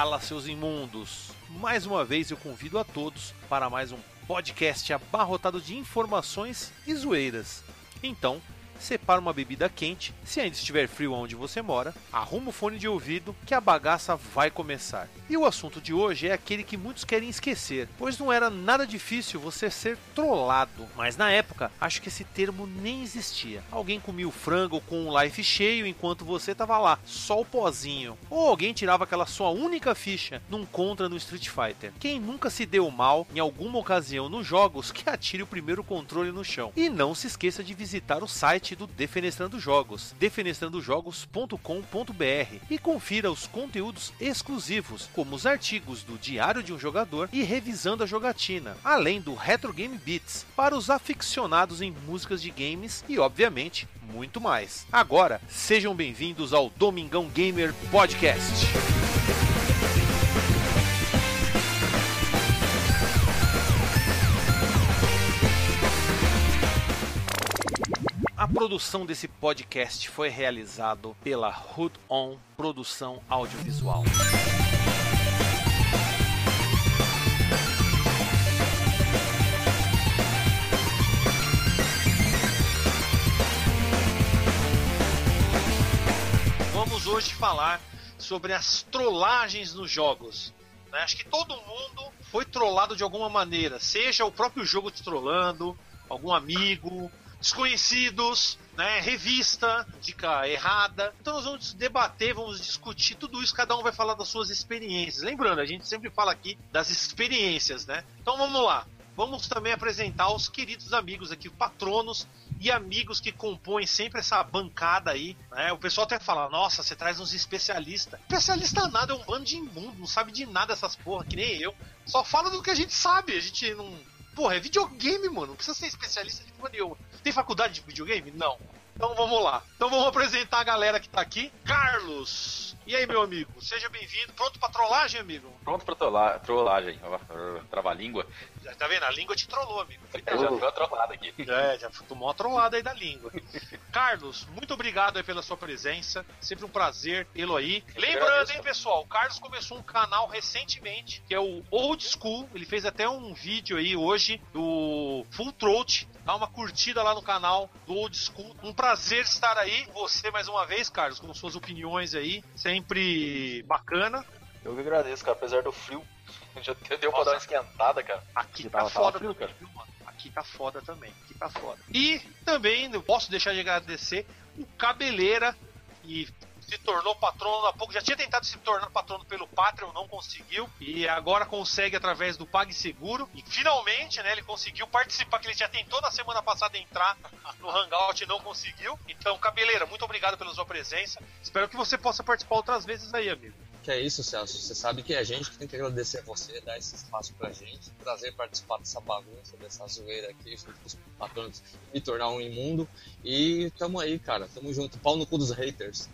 Fala, seus imundos! Mais uma vez eu convido a todos para mais um podcast abarrotado de informações e zoeiras. Então, separa uma bebida quente, se ainda estiver frio onde você mora, arruma o fone de ouvido que a bagaça vai começar. E o assunto de hoje é aquele que muitos querem esquecer, pois não era nada difícil você ser trollado. Mas na época, acho que esse termo nem existia. Alguém comia o frango com o life cheio enquanto você tava lá, só o pozinho. Ou alguém tirava aquela sua única ficha num contra no Street Fighter. Quem nunca se deu mal em alguma ocasião nos jogos, que atire o primeiro controle no chão. E não se esqueça de visitar o site do Defenestrando Jogos, defenestrandojogos.com.br, e confira os conteúdos exclusivos, como os artigos do Diário de um Jogador e Revisando a Jogatina, além do Retro Game Beats, para os aficionados em músicas de games e, obviamente, muito mais. Agora, sejam bem-vindos ao Domingão Gamer Podcast. A produção desse podcast foi realizada pela Hood On Produção Audiovisual. Vamos hoje falar sobre as trollagens nos jogos. Acho que todo mundo foi trollado de alguma maneira, seja o próprio jogo te trollando, algum amigo, desconhecidos, né, revista, dica errada. Então nós vamos debater, vamos discutir tudo isso, cada um vai falar das suas experiências. Lembrando, a gente sempre fala aqui das experiências, né? Então vamos lá. Vamos também apresentar os queridos amigos aqui, patronos e amigos que compõem sempre essa bancada aí, né? O pessoal até fala, nossa, você traz uns especialistas. Especialista nada, é um bando de imundo, não sabe de nada essas porra, que nem eu. Só fala do que a gente sabe, a gente não... Porra, é videogame, mano, não precisa ser especialista de porra nenhuma. Tem faculdade de videogame? Não. Então vamos lá. Então vamos apresentar a galera que tá aqui. Carlos! E aí, meu amigo? Seja bem-vindo. Pronto pra trollagem, amigo? Pronto pra trollagem. Trava-língua. Já tá vendo? A língua te trollou, amigo. Já foi uma trollada aqui. Já tomou uma trollada aí da língua. Carlos, muito obrigado aí pela sua presença. Sempre um prazer tê-lo aí. Lembrando, hein, pessoal, o Carlos começou um canal recentemente, que é o Old School. Ele fez até um vídeo aí hoje do Full Throat. Dá uma curtida lá no canal do Old School. Um prazer estar aí. Você mais uma vez, Carlos, com suas opiniões aí. Sempre bacana. Eu que agradeço, cara, apesar do frio. Já deu pra dar uma esquentada, cara. Aqui tá foda frio, também, cara. Mano? Aqui tá foda também. Aqui tá foda. E também não posso deixar de agradecer o Cabeleira, que se tornou patrono há pouco. Já tinha tentado se tornar patrono pelo Patreon, não conseguiu. E agora consegue através do PagSeguro. E finalmente, né, ele conseguiu participar, que ele já tentou na semana passada entrar no Hangout e não conseguiu. Então, Cabeleira, muito obrigado pela sua presença. Espero que você possa participar outras vezes aí, amigo. Que é isso, Celso. Você sabe que é a gente que tem que agradecer a você, dar esse espaço pra gente. Prazer participar dessa bagunça, dessa zoeira aqui, junto com os patrões, me tornar um imundo. E tamo aí, cara. Tamo junto. Pau no cu dos haters.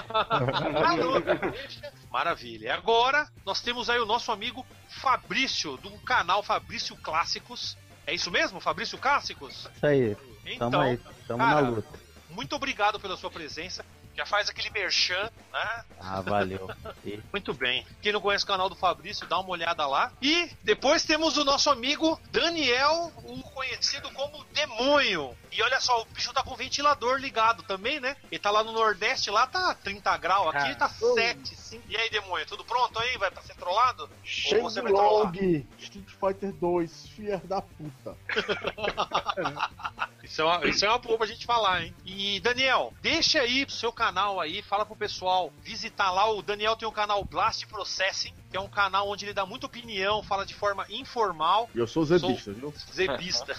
Maravilha. E agora nós temos aí o nosso amigo Fabrício, do canal Fabrício Clássicos. É isso mesmo, Fabrício Clássicos? Isso aí. Então, tamo aí, tamo na luta. Muito obrigado pela sua presença. Já faz aquele merchan, né? Ah, valeu. Muito bem. Quem não conhece o canal do Fabrício, dá uma olhada lá. E depois temos o nosso amigo Daniel, o conhecido como Demônio. E olha só, o bicho tá com o ventilador ligado também, né? Ele tá lá no Nordeste, lá tá 30 graus, aqui tá 7, 5. E aí, Demônio, tudo pronto aí? Vai pra ser trollado? Shenlong, Street Fighter 2, filha da puta. Isso é uma boa pra gente falar, hein? E, Daniel, deixa aí pro seu canal aí, fala pro pessoal visitar lá. O Daniel tem um canal Blast Processing, que é um canal onde ele dá muita opinião, fala de forma informal. E eu sou zebista, viu? Zebista.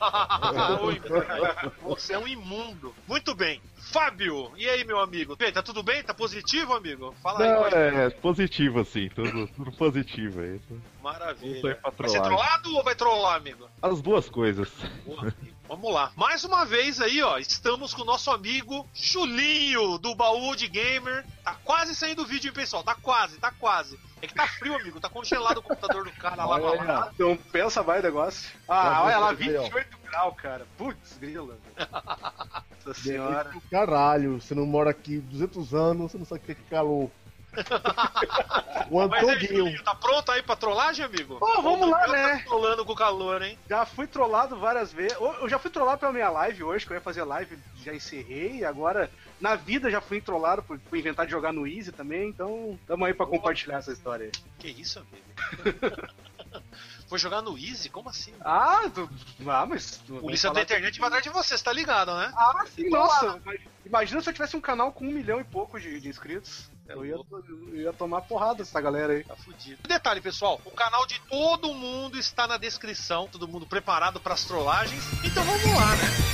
Você é um imundo. Muito bem. Fábio, e aí, meu amigo? Tá tudo bem? Tá positivo, amigo? Fala aí. É positivo, assim. Tudo positivo aí. Maravilha. Vai ser trollado ou vai trollar, amigo? As duas coisas. Boa, vamos lá. Mais uma vez aí, ó, estamos com o nosso amigo Julinho, do Baú de Gamer. Tá quase saindo o vídeo, hein, pessoal? Tá quase. É que tá frio, amigo. Tá congelado o computador do cara lá. Então pensa mais negócio. Olha lá, 28 graus, cara. Putz, grila. Nossa senhora. Caralho, você não mora aqui 200 anos, você não sabe o que é calor. O Mas aí, Antoguinho. Julinho, tá pronto aí pra trollagem, amigo? Pô, vamos lá, né? Tá trolando com o calor, hein? Já fui trollado várias vezes. Eu já fui trollado pela minha live hoje, que eu ia fazer live, já encerrei. Agora, na vida, já fui trollado por inventar de jogar no Easy também. Então, tamo aí pra compartilhar essa história aí. Que isso, amigo? Foi jogar no Easy? Como assim? Mas... Polícia da internet vai atrás de você tá ligado, né? Ah, sim, nossa. Imagina se eu tivesse um canal com 1 milhão e pouco de inscritos. Eu ia tomar porrada dessa galera aí. Tá fudido. Detalhe, pessoal, o canal de todo mundo está na descrição. Todo mundo preparado pras trollagens. Então vamos lá, né?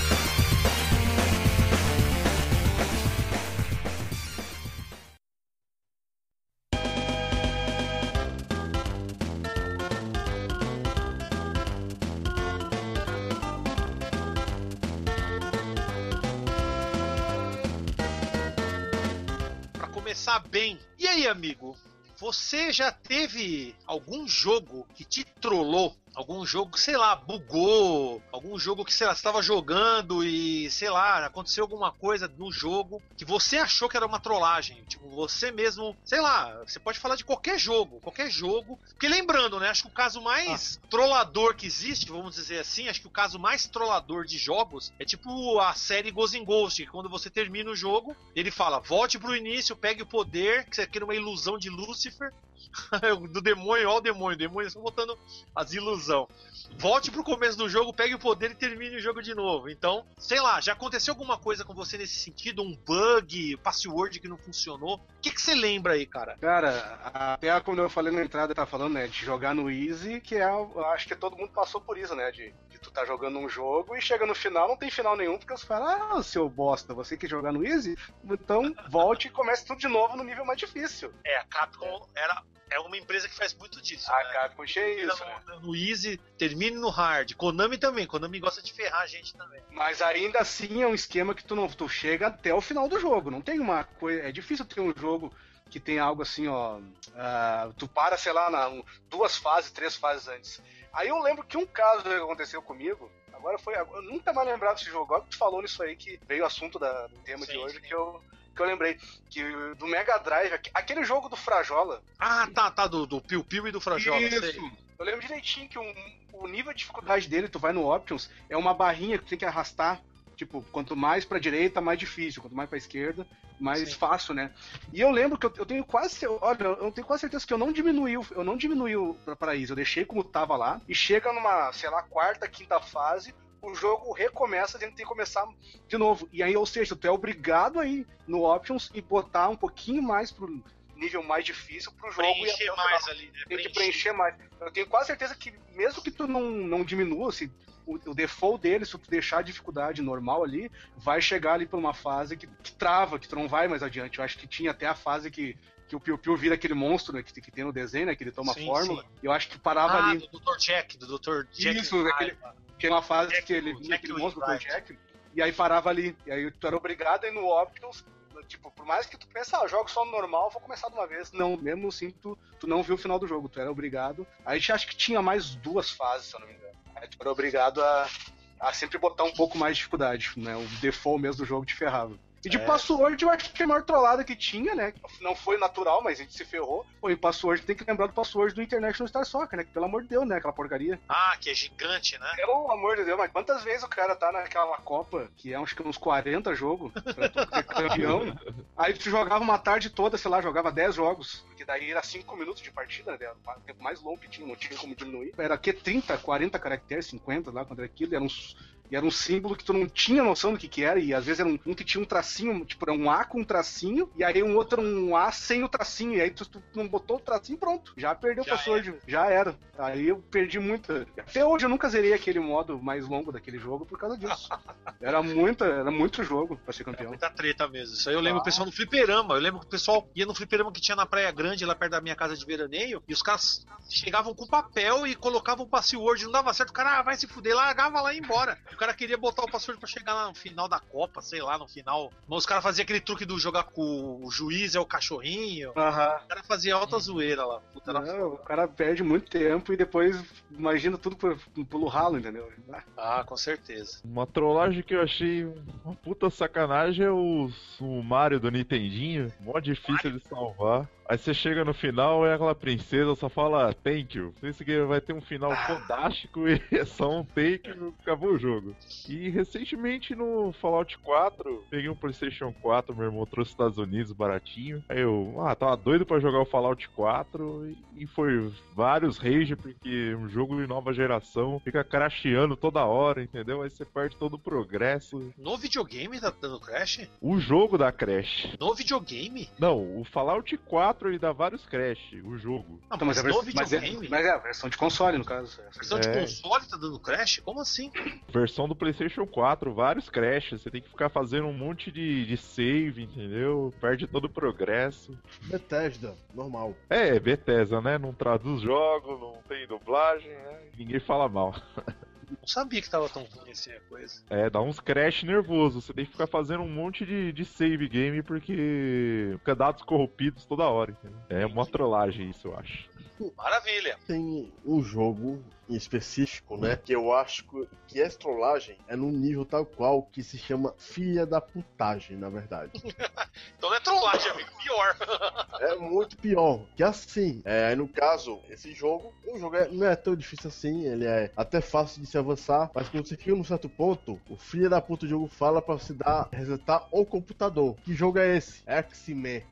Começar bem. E aí, amigo? Você já teve algum jogo que te trollou? Algum jogo, sei lá, bugou? Algum jogo que, sei lá, você estava jogando e, sei lá, aconteceu alguma coisa no jogo que você achou que era uma trollagem? Tipo, você mesmo, sei lá, você pode falar de qualquer jogo. Porque lembrando, né, acho que o caso mais trollador que existe, vamos dizer assim, acho que o caso mais trollador de jogos é tipo a série Ghost in Ghost, que quando você termina o jogo, ele fala, volte pro início, pegue o poder, que isso aqui era uma ilusão de Lúcifer, do demônio, ó o demônio estão botando as ilusões. Volte pro começo do jogo, pegue o poder e termine o jogo de novo. Então, sei lá, já aconteceu alguma coisa com você nesse sentido? Um bug, password que não funcionou? O que você lembra aí, cara? Cara, até quando eu falei na entrada, tá falando, né, de jogar no Easy, que eu acho que todo mundo passou por isso, né, de tu tá jogando um jogo e chega no final, não tem final nenhum, porque você fala, seu bosta, você quer jogar no Easy? Então volte e comece tudo de novo no nível mais difícil. A Capcom é uma empresa que faz muito disso. A né? Capcom cheia isso, né? No Easy, termine no Hard. Konami também. Konami gosta de ferrar a gente também. Mas ainda assim é um esquema que tu chega até o final do jogo. Não tem uma coisa... É difícil ter um jogo que tem algo assim, ó... tu para, sei lá, 2 fases, 3 fases antes. Aí eu lembro que um caso que aconteceu comigo... Eu nunca mais lembrava desse jogo. Agora que tu falou nisso aí, que veio o assunto do tema de hoje, que eu lembrei, que do Mega Drive, aquele jogo do Frajola. Ah, tá, do Piu Piu e do Frajola. Isso. Sei. Eu lembro direitinho que o nível de dificuldade dele, tu vai no Options, é uma barrinha que tu tem que arrastar. Tipo, quanto mais pra direita, mais difícil. Quanto mais pra esquerda, mais fácil, né? E eu lembro que eu tenho quase... Olha, eu tenho quase certeza que eu não diminuí o paraíso. Eu deixei como tava lá. E chega numa, sei lá, 4ª, 5ª fase... O jogo recomeça, a gente tem que começar de novo. E aí, ou seja, tu é obrigado a ir no Options e botar um pouquinho mais pro nível mais difícil pro jogo. Preencher mais ali, né? Tem que preencher mais. Eu tenho quase certeza que, mesmo que tu não diminua, assim, o default dele, se tu deixar a dificuldade normal ali, vai chegar ali pra uma fase que trava, que tu não vai mais adiante. Eu acho que tinha até a fase que o Piu Piu vira aquele monstro, né, que tem no desenho, né, que ele toma forma. Eu acho que parava ali. Do Dr. Jack. Isso, que é uma fase que ele vinha aquele monstro do Dr. Jack, e aí parava ali. E aí tu era obrigado a ir no Options, tipo, por mais que tu pense, jogo só no normal, vou começar de uma vez. Não, mesmo assim, tu não viu o final do jogo, tu era obrigado. Aí acho que tinha mais 2 fases, se eu não me engano. Aí tu era obrigado a sempre botar um pouco mais de dificuldade, né? O default mesmo do jogo te ferrava. E de password, eu acho que a maior trollada que tinha, né? Não foi natural, mas a gente se ferrou. Pô, em password tem que lembrar do password do International Star Soccer, né? Que pelo amor de Deus, né? Aquela porcaria. Ah, que é gigante, né? Pelo amor de Deus, mas quantas vezes o cara tá naquela Copa, que é acho que uns 40 jogos, pra tu ser campeão, aí tu jogava uma tarde toda, sei lá, jogava 10 jogos, porque daí era 5 minutos de partida, né? O tempo mais longo que tinha, não tinha como diminuir. Era que 30, 40 caracteres, 50 lá, quando era aquilo, era um símbolo que tu não tinha noção do que era, e às vezes era um que tinha um tracinho, tipo, era um A com um tracinho, e aí um outro um A sem o tracinho, e aí tu não botou o tracinho, pronto, já perdeu o password, já era. Aí eu perdi muito. Até hoje eu nunca zerei aquele modo mais longo daquele jogo por causa disso. Era muito jogo pra ser campeão. Muita treta mesmo. Isso aí eu lembro o pessoal no fliperama. Eu lembro que o pessoal ia no fliperama que tinha na Praia Grande, lá perto da minha casa de veraneio, e os caras chegavam com papel e colocavam o password, não dava certo, o cara vai se fuder, largava lá e ia embora. O cara queria botar o password pra chegar lá no final da Copa, sei lá, no final. Mas os caras faziam aquele truque do jogar com o juiz, é o cachorrinho. O cara fazia alta zoeira lá. Puta, o cara perde muito tempo e depois imagina tudo pelo ralo, entendeu? Ah, com certeza. Uma trollagem que eu achei uma puta sacanagem é o Mario do Nintendinho. Mó difícil de salvar. Aí você chega no final e aquela princesa só fala thank you. Esse game vai ter um final fantástico e é só um thank you, acabou o jogo. E recentemente no Fallout 4, peguei um PlayStation 4, meu irmão trouxe dos Estados Unidos baratinho. Aí eu, tava doido pra jogar o Fallout 4 e foi vários rage porque um jogo de nova geração fica crasheando toda hora, entendeu? Aí você perde todo o progresso. No videogame tá dando crash? O jogo dá crash. No videogame? Não, o Fallout 4 ele dá vários crash, o jogo. Ah, Então, mas mas, no mas, é, videogame? mas é a versão de console, no caso. A versão de console tá dando crash? Como assim? Versão do PlayStation 4, vários crashes. Você tem que ficar fazendo um monte de save, entendeu? Perde todo o progresso. Bethesda, normal. É, Bethesda, né? Não traduz jogos, não tem dublagem, né? Ninguém fala mal. Não sabia que tava tão ruim assim a coisa. É, dá uns crash nervoso. Você tem que ficar fazendo um monte de save game porque fica dados corrompidos toda hora, entendeu? É uma trollagem isso, eu acho. Maravilha. Tem um jogo em específico, né, que eu acho que essa trollagem é num nível tal qual que se chama filha da putagem, na verdade. Então não é trollagem, amigo. Pior. É muito pior. Que assim, no caso, esse jogo, não é tão difícil assim, ele é até fácil de se avançar, mas quando você chega num certo ponto, o filho da puta do jogo fala pra você resetar o computador. Que jogo é esse? X-Men.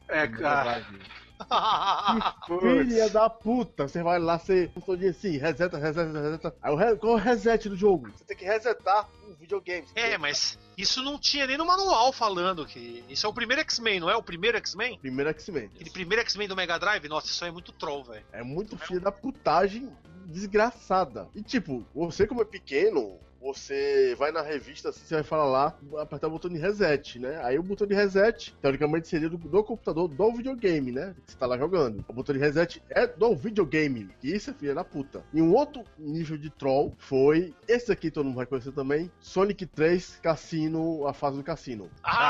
Filha da puta, você vai lá, você assim, reseta. Aí qual é o reset do jogo? Você tem que resetar o videogame. Mas isso não tinha nem no manual falando que isso é o primeiro X-Men, não é o primeiro X-Men? Primeiro X-Men. Aquele primeiro X-Men do Mega Drive? Nossa, isso aí é muito troll, velho. É muito filha da putagem desgraçada. E tipo, você como é pequeno, você vai na revista, assim, você vai falar lá, apertar o botão de reset, né? Aí o botão de reset, teoricamente, seria do computador do videogame, né? Que você tá lá jogando. O botão de reset é do videogame. E isso é filha da puta. E um outro nível de troll foi, esse aqui todo mundo vai conhecer também, Sonic 3 Cassino, a fase do cassino.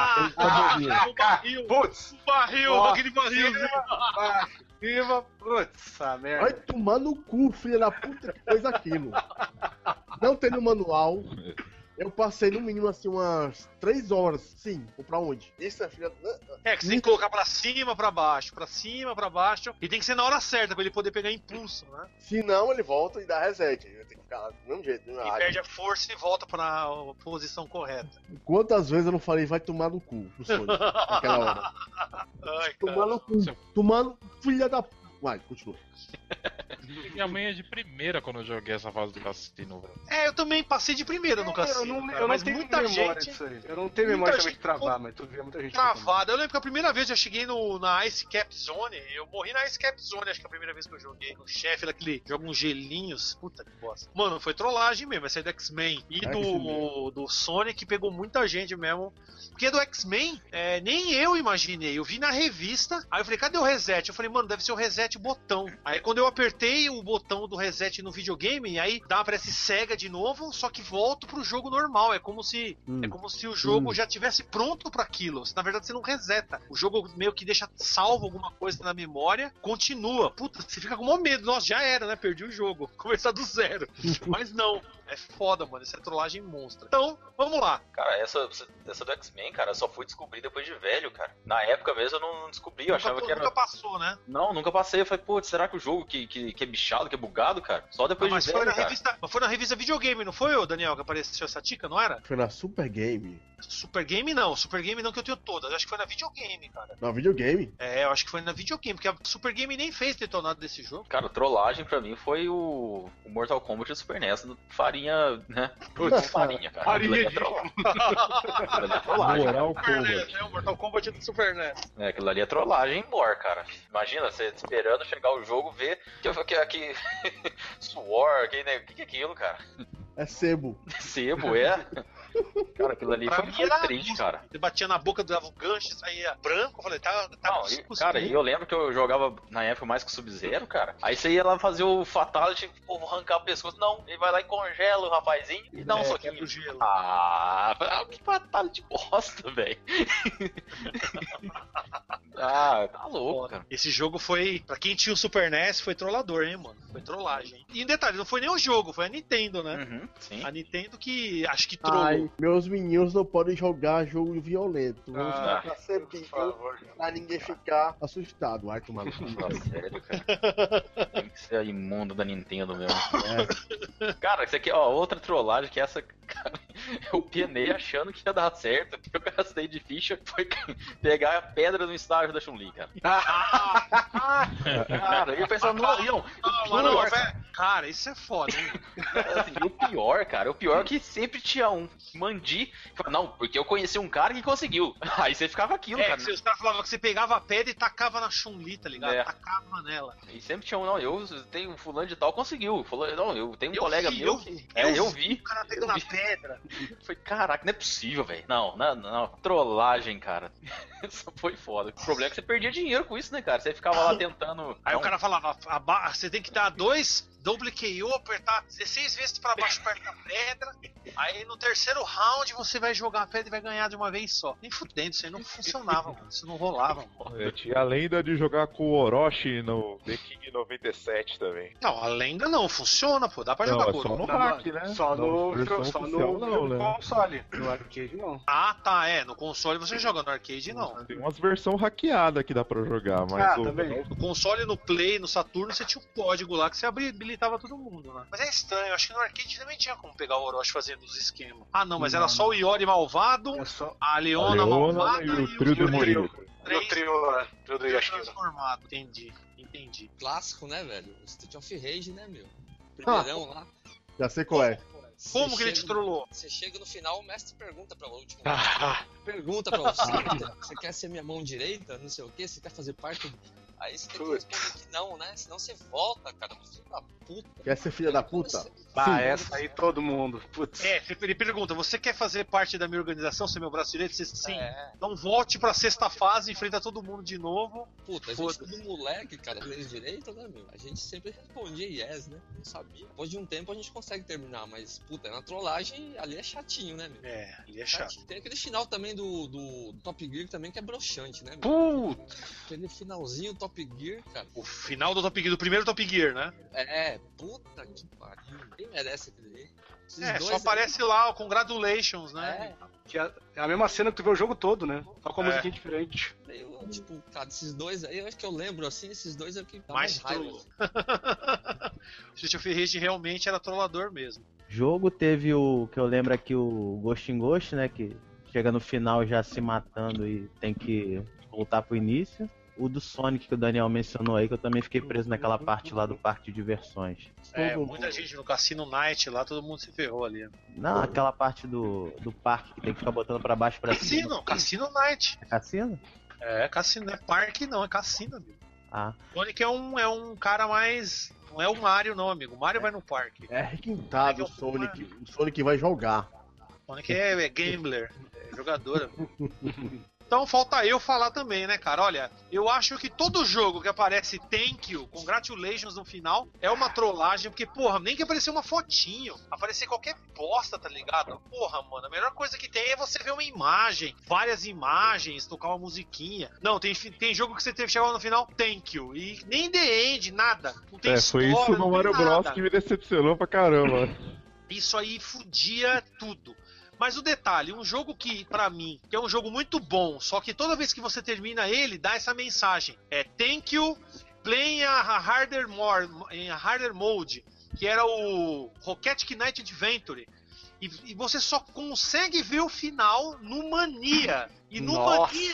O barril! Putz! O barril! Aquele barril! Viva! Putz, a merda. Vai tomar no cu, filha da puta, que fez aquilo. Não tem no manual. Eu passei no mínimo assim umas 3 horas. Sim, ou pra onde? Isso é filha. É que você tem que colocar pra cima, pra baixo, pra cima, pra baixo. E tem que ser na hora certa pra ele poder pegar impulso, né? Se não, ele volta e dá reset. Ele tem que ficar do mesmo jeito. E perde a força e volta pra posição correta. Quantas vezes eu não falei vai tomar no cu o Sonic naquela hora? Ai, Tomar no cu. Tomando filha da. Vai, continua. Minha mãe é de primeira quando eu joguei essa fase do cassino, velho. Eu também passei de primeira no cassino. Eu não tenho muita memória gente. disso aí. Eu não tenho memória também de travar, mas tu vê muita gente travada. Eu lembro que a primeira vez eu cheguei na Ice Cap Zone, eu morri na Ice Cap Zone, acho que é a primeira vez que eu joguei. O chefe daquele joga uns gelinhos. Puta que bosta. Mano, foi trollagem mesmo. Essa aí do X-Men e do Sonic pegou muita gente mesmo. Porque do X-Men, nem eu imaginei. Eu vi na revista, aí eu falei, cadê o reset? Eu falei, mano, deve ser o reset botão. Aí quando eu apertei o botão do reset no videogame, aí aparece cega de novo, só que volto pro jogo normal. É como se o jogo já tivesse pronto pra aquilo. Na verdade, você não reseta. O jogo meio que deixa salvo alguma coisa na memória, continua. Puta, você fica com maior medo. Nossa, já era, né? Perdi o jogo. Começar do zero. Mas não. É foda, mano. Isso é trollagem monstra. Então, vamos lá. Cara, essa do X-Men, cara, eu só fui descobrir depois de velho, cara. Na época mesmo eu não descobri, eu achava que era... Nunca passou, né? Não, nunca passei. Eu falei, pô, será que o jogo que é bichado, que é bugado, cara? Só depois de velho, mas foi na revista videogame, não foi, Daniel, que apareceu essa tica, não era? Foi na Super Game. Super Game não que eu tenho todas. Eu acho que foi na videogame, cara. Na videogame? Eu acho que foi na videogame, porque a Super Game nem fez detonado desse jogo. Cara, trollagem pra mim foi o Mortal Kombat do Super NES, farinha, né? Farinha, cara. Farinha de trollagem. Mortal Kombat. O Mortal Kombat do Super NES. Aquilo ali é trollagem embora, cara. Imagina, você esperando chegar o jogo, ver que suor, que é aquilo, cara? É sebo. Sebo, é? Cara, aquilo ali foi triste, cara. Você batia na boca, dava o gancho, saía branco, eu falei, cara, e eu lembro que eu jogava na época mais com o Sub-Zero, cara. Aí você ia lá fazer o Fatality, vou arrancar o pescoço. Não, ele vai lá e congela o rapazinho e dá um soquinho. No gelo. Que Fatality bosta, velho. Ah, tá louco, cara. Esse jogo foi, pra quem tinha o Super NES, foi trollador, hein, mano? Foi trollagem. E em detalhe, não foi nem o jogo, foi a Nintendo, né? Uhum, sim. A Nintendo que acho que trollou. Ai, meus meninos não podem jogar jogo violento. Vamos ficar pra ser por pica, favor. pra ninguém ficar assustado. Vai tomar no cu. Nossa, sério, cara. Tem que ser imundo da Nintendo mesmo. Cara, isso aqui, ó, outra trollagem que essa, cara, eu penei achando que ia dar certo, que eu gastei de ficha, foi pegar a pedra no estágio da Chun-Li, cara. Cara, eu pensava, não, cara, isso é foda, hein? assim, o pior é que sempre tinha um mandi, não, porque eu conheci um cara que conseguiu. Aí você ficava aquilo, cara. Os caras falavam que você pegava a pedra e tacava na Chun-Li, tá ligado? É. Tacava nela. E sempre tinha um, não, eu tenho um fulano de tal, conseguiu. Falou, não, eu tenho um colega meu que... eu vi. O cara pegando a pedra. Foi, caraca, não é possível, velho. Não, trollagem, cara. Isso foi foda. O problema é que você perdia dinheiro com isso, né, cara? Você ficava lá tentando... Aí o cara falava, você tem que dar 2 double KO, apertar 16 vezes pra baixo perto da pedra. Aí no terceiro round você vai jogar a pedra e vai ganhar de uma vez só. Nem fudendo, isso aí não funcionava, mano. Isso não rolava, mano. Eu tinha a lenda de jogar com o Orochi no The King 97 também. Não, a lenda não, funciona, pô. Dá pra Não, jogar é com só o no Orochi. hack, né? Só no versão oficial, não, né? console. No arcade, não. Ah, tá, no console você joga, no arcade não. Tem umas versões hackeadas que dá pra jogar, mas também. No console, no Play, no Saturno, você tinha um código lá que você habilitava todo mundo, né? Mas é estranho, acho que no arcade também tinha como pegar o Orochi fazendo os esquemas. Ah, não, mas era só o Iori malvado, É só a Leona malvada e o trio Demolidor. demolido. o trio do Yashiro. Transformado. Entendi. Clássico, né, velho? O Street of Rage, né, meu? Primeirão lá. Já sei qual é. Como que ele te trollou? Você chega no final, o mestre pergunta pra última. Ah, Pergunta pra você, você quer ser minha mão direita? Não sei o que, você quer fazer parte do... Aí você tem que responder que não, né? Senão você volta, cara, filho da puta. Quer ser filha da puta? essa aí todo mundo. Putz. Ele pergunta, você quer fazer parte da minha organização, ser meu braço direito? Você, sim. É. Então volte pra sexta fase, enfrenta todo mundo de novo. Puta, a gente tudo moleque, cara, fez direito, né, meu? A gente sempre respondia yes, né? Não sabia. Depois de um tempo a gente consegue terminar, mas, puta, na trollagem ali é chatinho, né, meu? Ali é chato. Tem aquele final também do Top Gear também que é broxante, né, meu? Puta. Aquele finalzinho Top Gear, cara. O final do Top Gear, do primeiro Top Gear, né? Puta que pariu. Quem merece aquele aí? Só aparece lá o Congratulations, né? Que é a mesma cena que tu vê o jogo todo, né? Só com a musiquinha diferente. Eu, tipo, cara, esses dois aí, eu acho que eu lembro assim, esses dois é o que dá Mais raiva. Street of Rage realmente era trollador mesmo. Jogo teve o que eu lembro aqui, o Ghost in Ghost, né? Que chega no final já se matando e tem que voltar pro início. O do Sonic que o Daniel mencionou aí, que eu também fiquei preso naquela parte lá do parque de diversões. Muita gente no Cassino Night lá, todo mundo se ferrou ali. Não, aquela parte do parque que tem que ficar botando pra baixo pra cima. Cassino Night. É cassino? É, cassino, não é parque não, é cassino, amigo. Ah. Sonic é um cara mais... Não é o Mario não, amigo. O Mario vai no parque. É requintado o Sonic. O Sonic vai jogar. Sonic é gambler, é jogador. Então falta eu falar também, né, cara? Olha, eu acho que todo jogo que aparece thank you, congratulations no final, é uma trollagem, porque, porra, nem que aparecer uma fotinho, aparecer qualquer bosta, tá ligado? Porra, mano, a melhor coisa que tem é você ver uma imagem, várias imagens, tocar uma musiquinha. Não, tem jogo que você teve que chegar no final, thank you, e nem The End, nada. Não tem história, foi isso no Mario Bros que me decepcionou pra caramba. Isso aí fudia tudo. Mas o detalhe, um jogo que, pra mim, que é um jogo muito bom, só que toda vez que você termina ele, dá essa mensagem. Thank you, play a harder mode, que era o Rocket Knight Adventure. E você só consegue ver o final no Mania. E no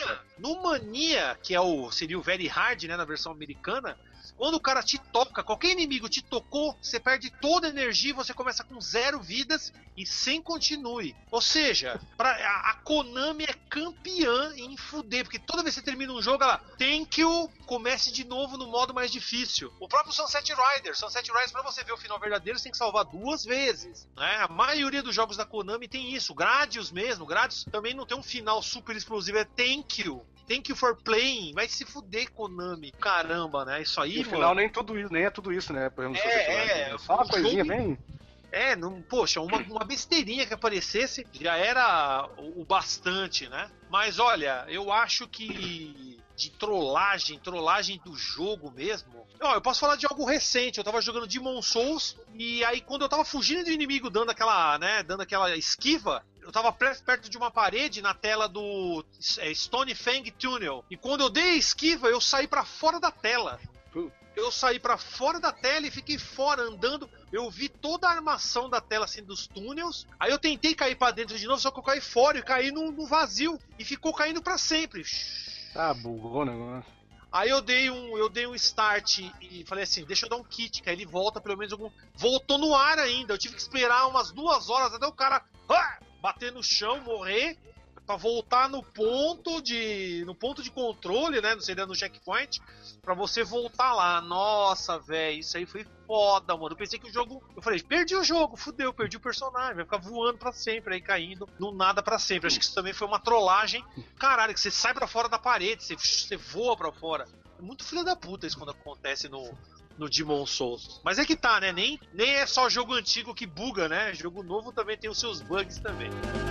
Mania, que seria o Very Hard, né, na versão americana, quando o cara te toca, qualquer inimigo te tocou, você perde toda a energia, você começa com 0 vidas e sem continue. Ou seja, a Konami é campeã em fuder, porque toda vez que você termina um jogo, ela thank you, comece de novo no modo mais difícil. O próprio Sunset Riders, pra você ver o final verdadeiro, você tem que salvar 2 vezes. Né? A maioria dos jogos da Konami tem isso. Gradius mesmo, Gradius também não tem um final super explosivo, é thank you. Thank you for playing. Vai se fuder, Konami. Caramba, né? Isso aí, no final nem é tudo isso, né? Por exemplo, só uma coisinha bem... Poxa, uma besteirinha que aparecesse já era o bastante, né? Mas olha, eu acho que de trollagem do jogo mesmo. Ó, eu posso falar de algo recente. Eu tava jogando Demon Souls e aí quando eu tava fugindo do inimigo dando aquela esquiva, eu tava perto de uma parede na tela do Stone Fang Tunnel. E quando eu dei a esquiva, eu saí pra fora da tela. Eu saí pra fora da tela e fiquei fora andando. Eu vi toda a armação da tela assim dos túneis. Aí eu tentei cair pra dentro de novo, só que eu caí fora e caí no vazio. E ficou caindo pra sempre. Ah, bugou o negócio. Aí eu dei um start e falei assim, deixa eu dar um kit, que aí ele volta pelo menos algum... Voltou no ar ainda, eu tive que esperar umas 2 horas até o cara bater no chão, morrer, pra voltar no ponto de controle, né, não sei, no checkpoint, pra você voltar lá. Nossa, velho, isso aí foi foda, mano. Eu pensei que o jogo... Eu falei, perdi o jogo, fudeu, perdi o personagem, vai ficar voando pra sempre, aí caindo no nada pra sempre. Acho que isso também foi uma trollagem. Caralho, que você sai pra fora da parede, você voa pra fora. É muito filho da puta isso quando acontece no Demon Souls. Mas é que tá, né? Nem é só jogo antigo que buga, né? Jogo novo também tem os seus bugs também.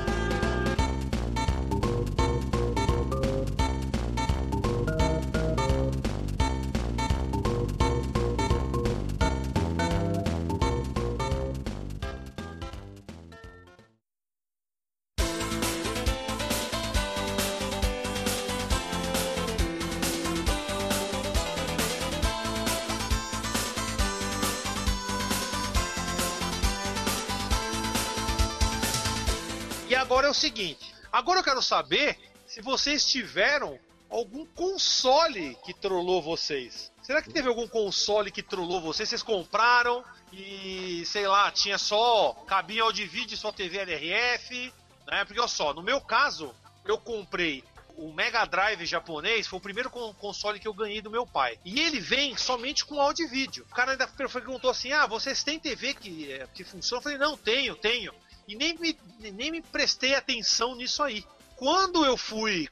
Agora é o seguinte, agora eu quero saber se vocês tiveram algum console que trollou vocês. Será que teve algum console que trollou vocês? Vocês compraram e, sei lá, tinha só cabinho áudio e vídeo, só TV LRF, né? Porque, olha só, no meu caso, eu comprei o Mega Drive japonês, foi o primeiro console que eu ganhei do meu pai. E ele vem somente com áudio e vídeo. O cara ainda perguntou assim, vocês têm TV que funciona? Eu falei, não, tenho. E nem me prestei atenção nisso aí. Quando eu fui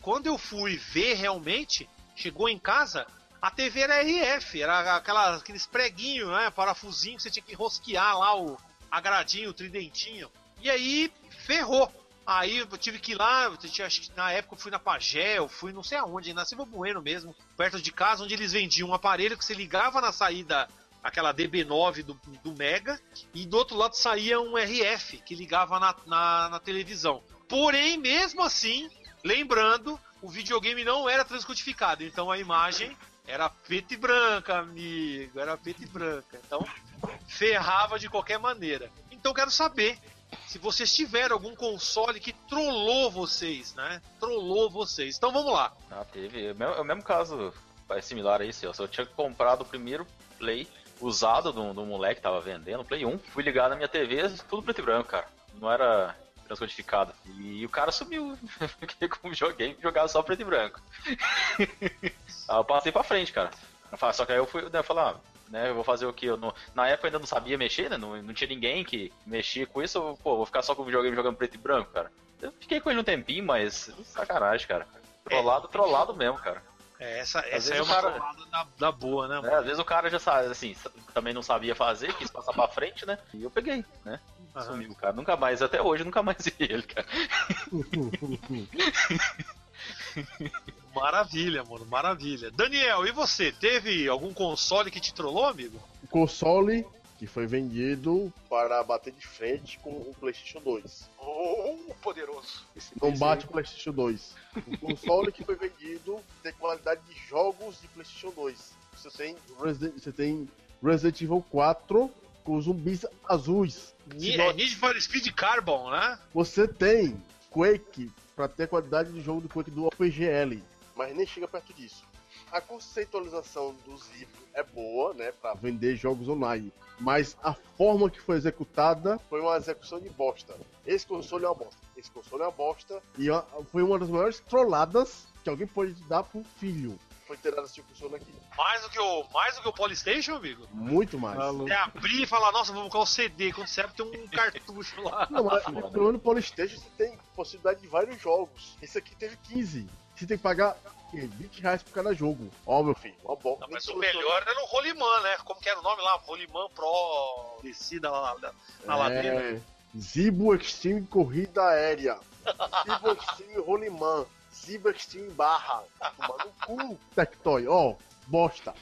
ver realmente, chegou em casa, a TV era RF, era aqueles preguinhos, né, parafusinho que você tinha que rosquear lá o agradinho, o tridentinho. E aí ferrou. Aí eu tive que ir lá, acho que na época eu fui na Pagé, fui não sei aonde, na Silva Bueno mesmo, perto de casa, onde eles vendiam um aparelho que você ligava na saída, aquela DB9 do Mega, e do outro lado saía um RF que ligava na televisão. Porém, mesmo assim, lembrando, o videogame não era transcodificado, então a imagem era preta e branca, amigo, era preta e branca. Então, ferrava de qualquer maneira. Então, quero saber se vocês tiveram algum console que trollou vocês, né? Trollou vocês. Então, vamos lá. Teve. É o mesmo caso, é similar a isso. Eu tinha comprado o primeiro Play usado do moleque que tava vendendo, Play 1. Fui ligar na minha TV, tudo preto e branco, cara. Não era transcodificado. E o cara sumiu. Fiquei com o videogame, jogava só preto e branco. Aí eu passei pra frente, cara. Só que aí eu falei, né, eu vou fazer o quê? Na época eu ainda não sabia mexer, né? Não tinha ninguém que mexia com isso. Vou ficar só com o videogame jogando preto e branco, cara. Eu fiquei com ele um tempinho, mas sacanagem, cara. Trollado mesmo, cara. Essa é uma trollada da boa, né, mano? Às vezes o cara já sabe, assim, também não sabia fazer, quis passar pra frente, né? E eu peguei, né? Sumiu, cara. Nunca mais, até hoje, nunca mais vi ele, cara. Maravilha, mano, maravilha. Daniel, e você? Teve algum console que te trollou, amigo? O console que foi vendido para bater de frente com o PlayStation 2. Poderoso. Não bate o PlayStation 2. O console que foi vendido tem qualidade de jogos de PlayStation 2. Você tem Resident Evil 4 com zumbis azuis. Need for Speed Carbon, né? Você tem Quake para ter a qualidade de jogo do Quake do OpenGL, mas nem chega perto disso. A conceitualização do Zibo é boa, né, para vender jogos online, mas a forma que foi executada foi uma execução de bosta. Esse console é uma bosta. E foi uma das maiores trolladas que alguém pode dar para um filho. Foi ter dado esse console aqui. Mais do que o PlayStation, amigo? Muito mais. Você abrir e falar, nossa, vamos colocar o CD, quando você abre tem um cartucho lá. Não, mas pelo menos no PlayStation você tem possibilidade de vários jogos. Esse aqui teve 15. Você tem que pagar R$20 por cada jogo. Meu filho, bom. Não, mas o melhor era no Rolimã, né? Como que era o nome lá? Rolimã Pro descida lá na ladeira. Zibo Extreme Corrida Aérea. Zibo Extreme Rolimã. Zebra Extreme barra. Tomar no cu, Tectoy. Ó, bosta.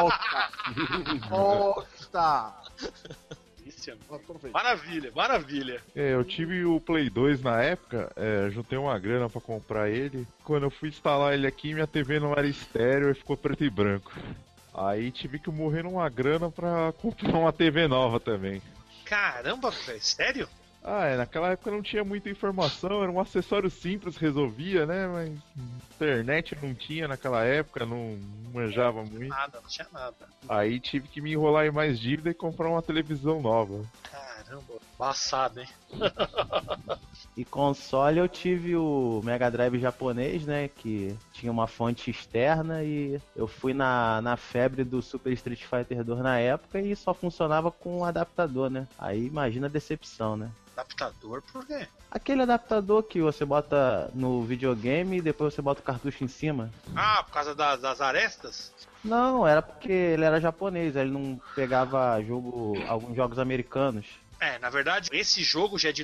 Bosta. Maravilha, maravilha. Eu tive o Play 2 na época, juntei uma grana pra comprar ele. Quando eu fui instalar ele aqui, minha TV não era estéreo e ficou preto e branco. Aí tive que morrer numa grana pra comprar uma TV nova também. Caramba, velho, sério? Naquela época não tinha muita informação, era um acessório simples, resolvia, né? Mas internet não tinha naquela época, não manjava muito. Não tinha nada. Aí tive que me enrolar em mais dívida e comprar uma televisão nova. Caramba, passado, hein? E console eu tive o Mega Drive japonês, né? Que tinha uma fonte externa e eu fui na febre do Super Street Fighter 2 na época e só funcionava com um adaptador, né? Aí imagina a decepção, né? Adaptador por quê? Aquele adaptador que você bota no videogame e depois você bota o cartucho em cima. Por causa das arestas? Não, era porque ele era japonês, ele não pegava alguns jogos americanos. Na verdade, esse jogo já é de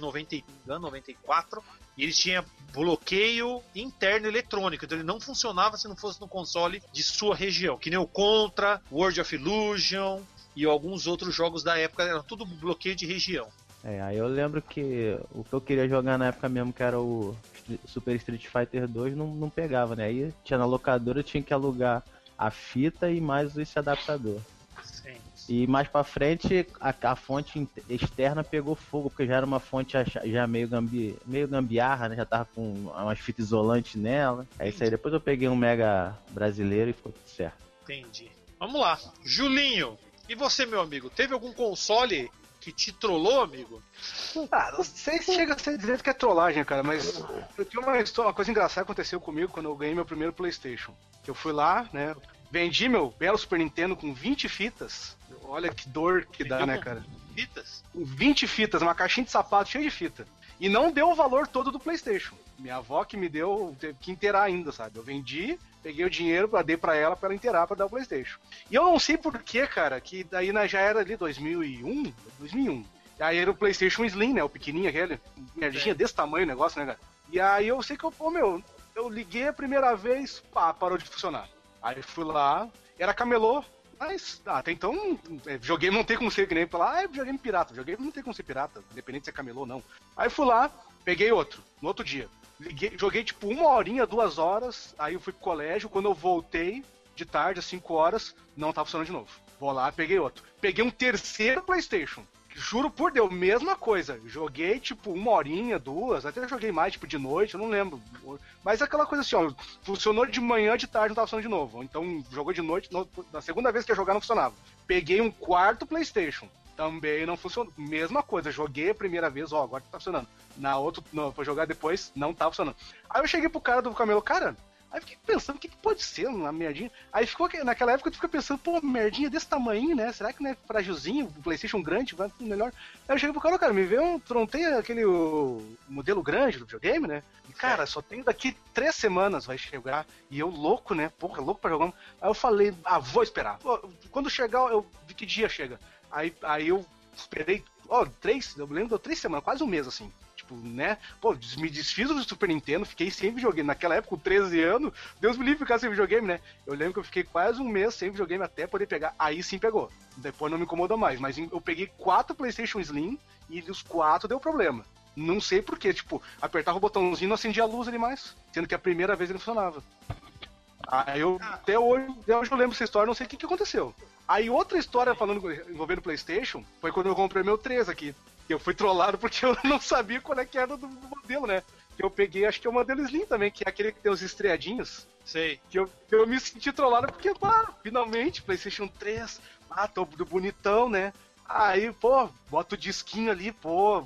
94 e ele tinha bloqueio interno eletrônico, então ele não funcionava se não fosse no console de sua região, que nem o Contra, World of Illusion e alguns outros jogos da época, era tudo bloqueio de região. Aí eu lembro que o que eu queria jogar na época mesmo, que era o Super Street Fighter 2, não pegava, né? Aí tinha na locadora, eu tinha que alugar a fita e mais esse adaptador. Sim. E mais pra frente, a fonte externa pegou fogo, porque já era uma fonte já meio gambiarra, né? Já tava com umas fitas isolantes nela. É isso aí, depois eu peguei um Mega brasileiro e ficou tudo certo. Entendi. Vamos lá. Julinho, e você, meu amigo? Teve algum console que te trollou, amigo? Não sei se chega a ser dizer que é trollagem, cara, mas eu tinha uma coisa engraçada que aconteceu comigo quando eu ganhei meu primeiro PlayStation. Eu fui lá, né, vendi meu belo Super Nintendo com 20 fitas. Olha que dor que dá, né, cara? Fitas? Com 20 fitas, uma caixinha de sapato cheia de fita. E não deu o valor todo do PlayStation. Minha avó que me deu, teve que inteirar ainda, sabe? Eu vendi, peguei o dinheiro, dei pra ela inteirar pra dar o PlayStation. E eu não sei porquê, cara, que daí já era ali 2001. Aí era o PlayStation Slim, né? O pequenininho aquele. Merdinha desse tamanho o negócio, né, cara? E aí eu sei que eu liguei a primeira vez, parou de funcionar. Aí fui lá, era camelô. Mas até então, videogame não tem como ser que nem falar, videogame pirata. Videogame não tem como ser pirata, independente se é camelô ou não. Aí fui lá, peguei outro, no outro dia. Joguei tipo 1 horinha, 2 horas, aí eu fui pro colégio, quando eu voltei, de tarde, às 5 horas, não tava funcionando de novo. Vou lá, peguei outro. Peguei um terceiro PlayStation. Juro por Deus, mesma coisa. Joguei, tipo, 1 horinha, 2, até joguei mais, tipo, de noite, eu não lembro. Mas aquela coisa assim, ó, funcionou de manhã, de tarde, não tava funcionando de novo. Então, jogou de noite, na segunda vez que ia jogar, não funcionava. Peguei um quarto PlayStation, também não funcionou. Mesma coisa, joguei a primeira vez, agora tá funcionando. Na outra, pra jogar depois, não tá funcionando. Aí eu cheguei pro cara do camelo, cara... Aí fiquei pensando, o que pode ser uma merdinha? Aí naquela época eu fiquei pensando, merdinha desse tamanho, né? Será que não é frágilzinho? O PlayStation grande vai melhor? Aí eu cheguei pro cara, me vê não tem aquele modelo grande do videogame, né? E, cara, só tem daqui 3 semanas vai chegar. E eu louco, né? Louco pra jogar. Aí eu falei, vou esperar. Quando chegar, eu vi que dia chega. Aí eu esperei, eu lembro, deu 3 semanas, quase um mês, assim. Tipo, né? Me desfiz do Super Nintendo, fiquei sem videogame. Naquela época, com 13 anos, Deus me livre ficar sem videogame, né? Eu lembro que eu fiquei quase um mês sem videogame até poder pegar. Aí sim pegou. Depois não me incomodou mais. Mas eu peguei 4 PlayStation Slim e os 4 deu problema. Não sei porquê. Tipo, apertava o botãozinho e não acendia a luz ali mais. Sendo que a primeira vez ele funcionava. Aí até hoje eu lembro dessa história, não sei o que aconteceu. Aí outra história envolvendo o PlayStation foi quando eu comprei meu 3 aqui. Eu fui trollado porque eu não sabia qual é que era do modelo, né? Que eu peguei, acho que é o modelo Slim também, que é aquele que tem os estreadinhos. Sei. Que eu me senti trollado porque, finalmente, PlayStation 3, tô bonitão, né? Aí, bota o disquinho ali,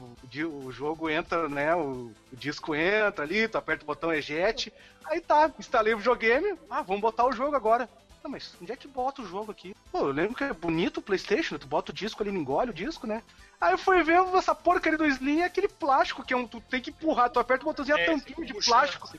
o jogo entra, né? O disco entra ali, tu aperta o botão eject. Aí tá, instalei o videogame, vamos botar o jogo agora. Mas onde é que bota o jogo aqui? Eu lembro que é bonito o PlayStation, tu bota o disco ali, engole o disco, né? Aí eu fui ver essa porcaria do Slim, é aquele plástico que tu tem que empurrar, tu aperta o botãozinho, a tampinha de plástico.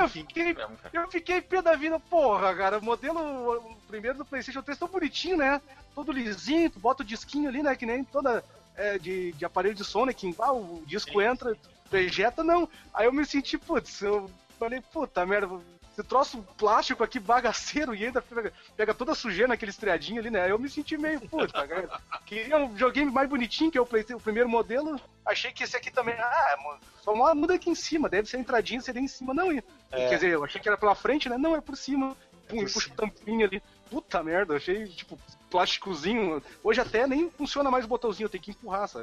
Eu fiquei pé da vida, cara, o primeiro do PlayStation 3 tão bonitinho, né? Todo lisinho, tu bota o disquinho ali, né? Que nem toda de aparelho de som, né? Que o disco entra, tu ejeta, não. Aí eu me senti, Falei, puta merda, esse troço plástico aqui bagaceiro e ainda pega toda a sujeira naquele estreadinho ali, né? Aí eu me senti meio, puta, cara. Queria um videogame mais bonitinho, que é o primeiro modelo. Achei que esse aqui também, só muda aqui em cima, deve ser a entradinha, seria em cima, não ia. Quer dizer, eu achei que era pela frente, né? Não, é por cima. Pum, e puxa o tampinho ali. Puta merda, achei, tipo, plásticozinho. Hoje até nem funciona mais o botãozinho, eu tenho que empurrar, sabe?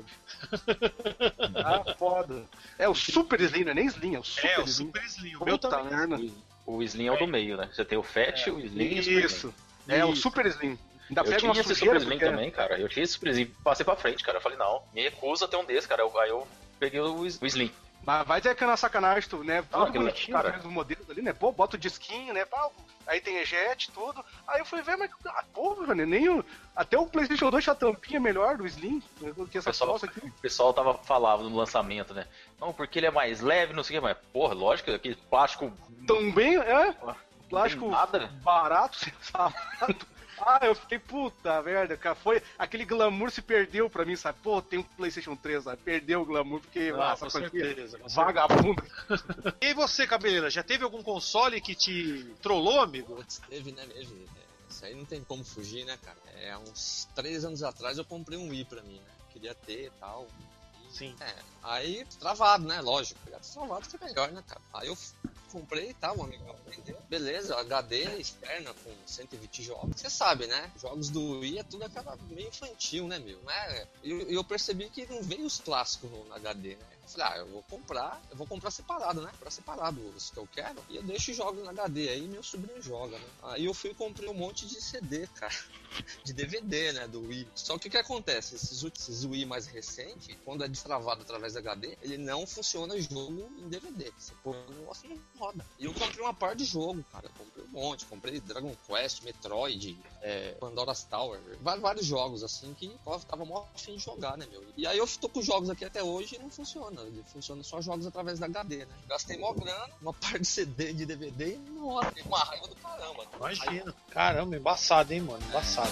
Foda. É o Super Slim, não é nem Slim, é o Super Slim. Super Slim. O meu também. Merda. O Slim é o do meio, né? Você tem o Fat, o Slim e o Super Isso. O Super Slim. Ainda eu tinha esse Super Slim também, cara. Eu tinha esse Super Slim, passei pra frente, cara. Eu falei, não, me recuso a ter um desse, cara. Aí eu peguei o Slim. Mas vai ter aquela sacanagem, tu, né? Todo bonitinho, cara. Os modelos ali, né? Pô, bota o disquinho, né? Aí tem eject, tudo. Aí eu fui ver, mas, porra, nem até o PlayStation 2 tinha a tampinha melhor do Slim do que essa falsa aqui. O pessoal falava no lançamento, né? Não, porque ele é mais leve, não sei o que, mas, porra, lógico, aquele plástico. Também, plástico barato, safado. Eu fiquei, puta merda, cara. Foi. Aquele glamour se perdeu pra mim, sabe? Pô, tem um PlayStation 3, sabe? Perdeu o glamour, porque. Com certeza. Vagabundo. E você, Cabeleira, já teve algum console que te trollou, amigo? Teve, né, mesmo? Isso aí não tem como fugir, né, cara? Uns 3 anos atrás eu comprei um Wii pra mim, né? Queria ter e tal. Sim. Aí, travado, né? Lógico. Travado que é melhor, né, cara? Aí eu comprei e tal, um amigo meu aprendeu. Beleza, HD externa com 120 jogos. Você sabe, né? Jogos do Wii é tudo aquela meio infantil, né, meu? E eu percebi que não veio os clássicos no HD, né? Eu falei, eu vou comprar separado, né? Comprar separado os que eu quero. E eu deixo os jogos no HD, aí meu sobrinho joga, né? Aí eu fui e comprei um monte de CD, cara. De DVD, né? Do Wii. Só que o que acontece? Esses Wii mais recentes, quando é destravado através do HD, ele não funciona jogo em DVD. Você põe o negócio não roda. E eu comprei uma par de jogo, cara. Comprei um monte. Comprei Dragon Quest, Metroid, Pandora's Tower. Vários jogos, assim, que eu tava mó afim de jogar, né, meu? E aí eu tô com jogos aqui até hoje e não funciona. Funciona só jogos através da HD, né? Gastei mó grana, uma par de CD, de DVD e não roda. Tem uma raiva do caramba. Né? Imagina. Caramba, embaçado, hein, mano? Embaçado.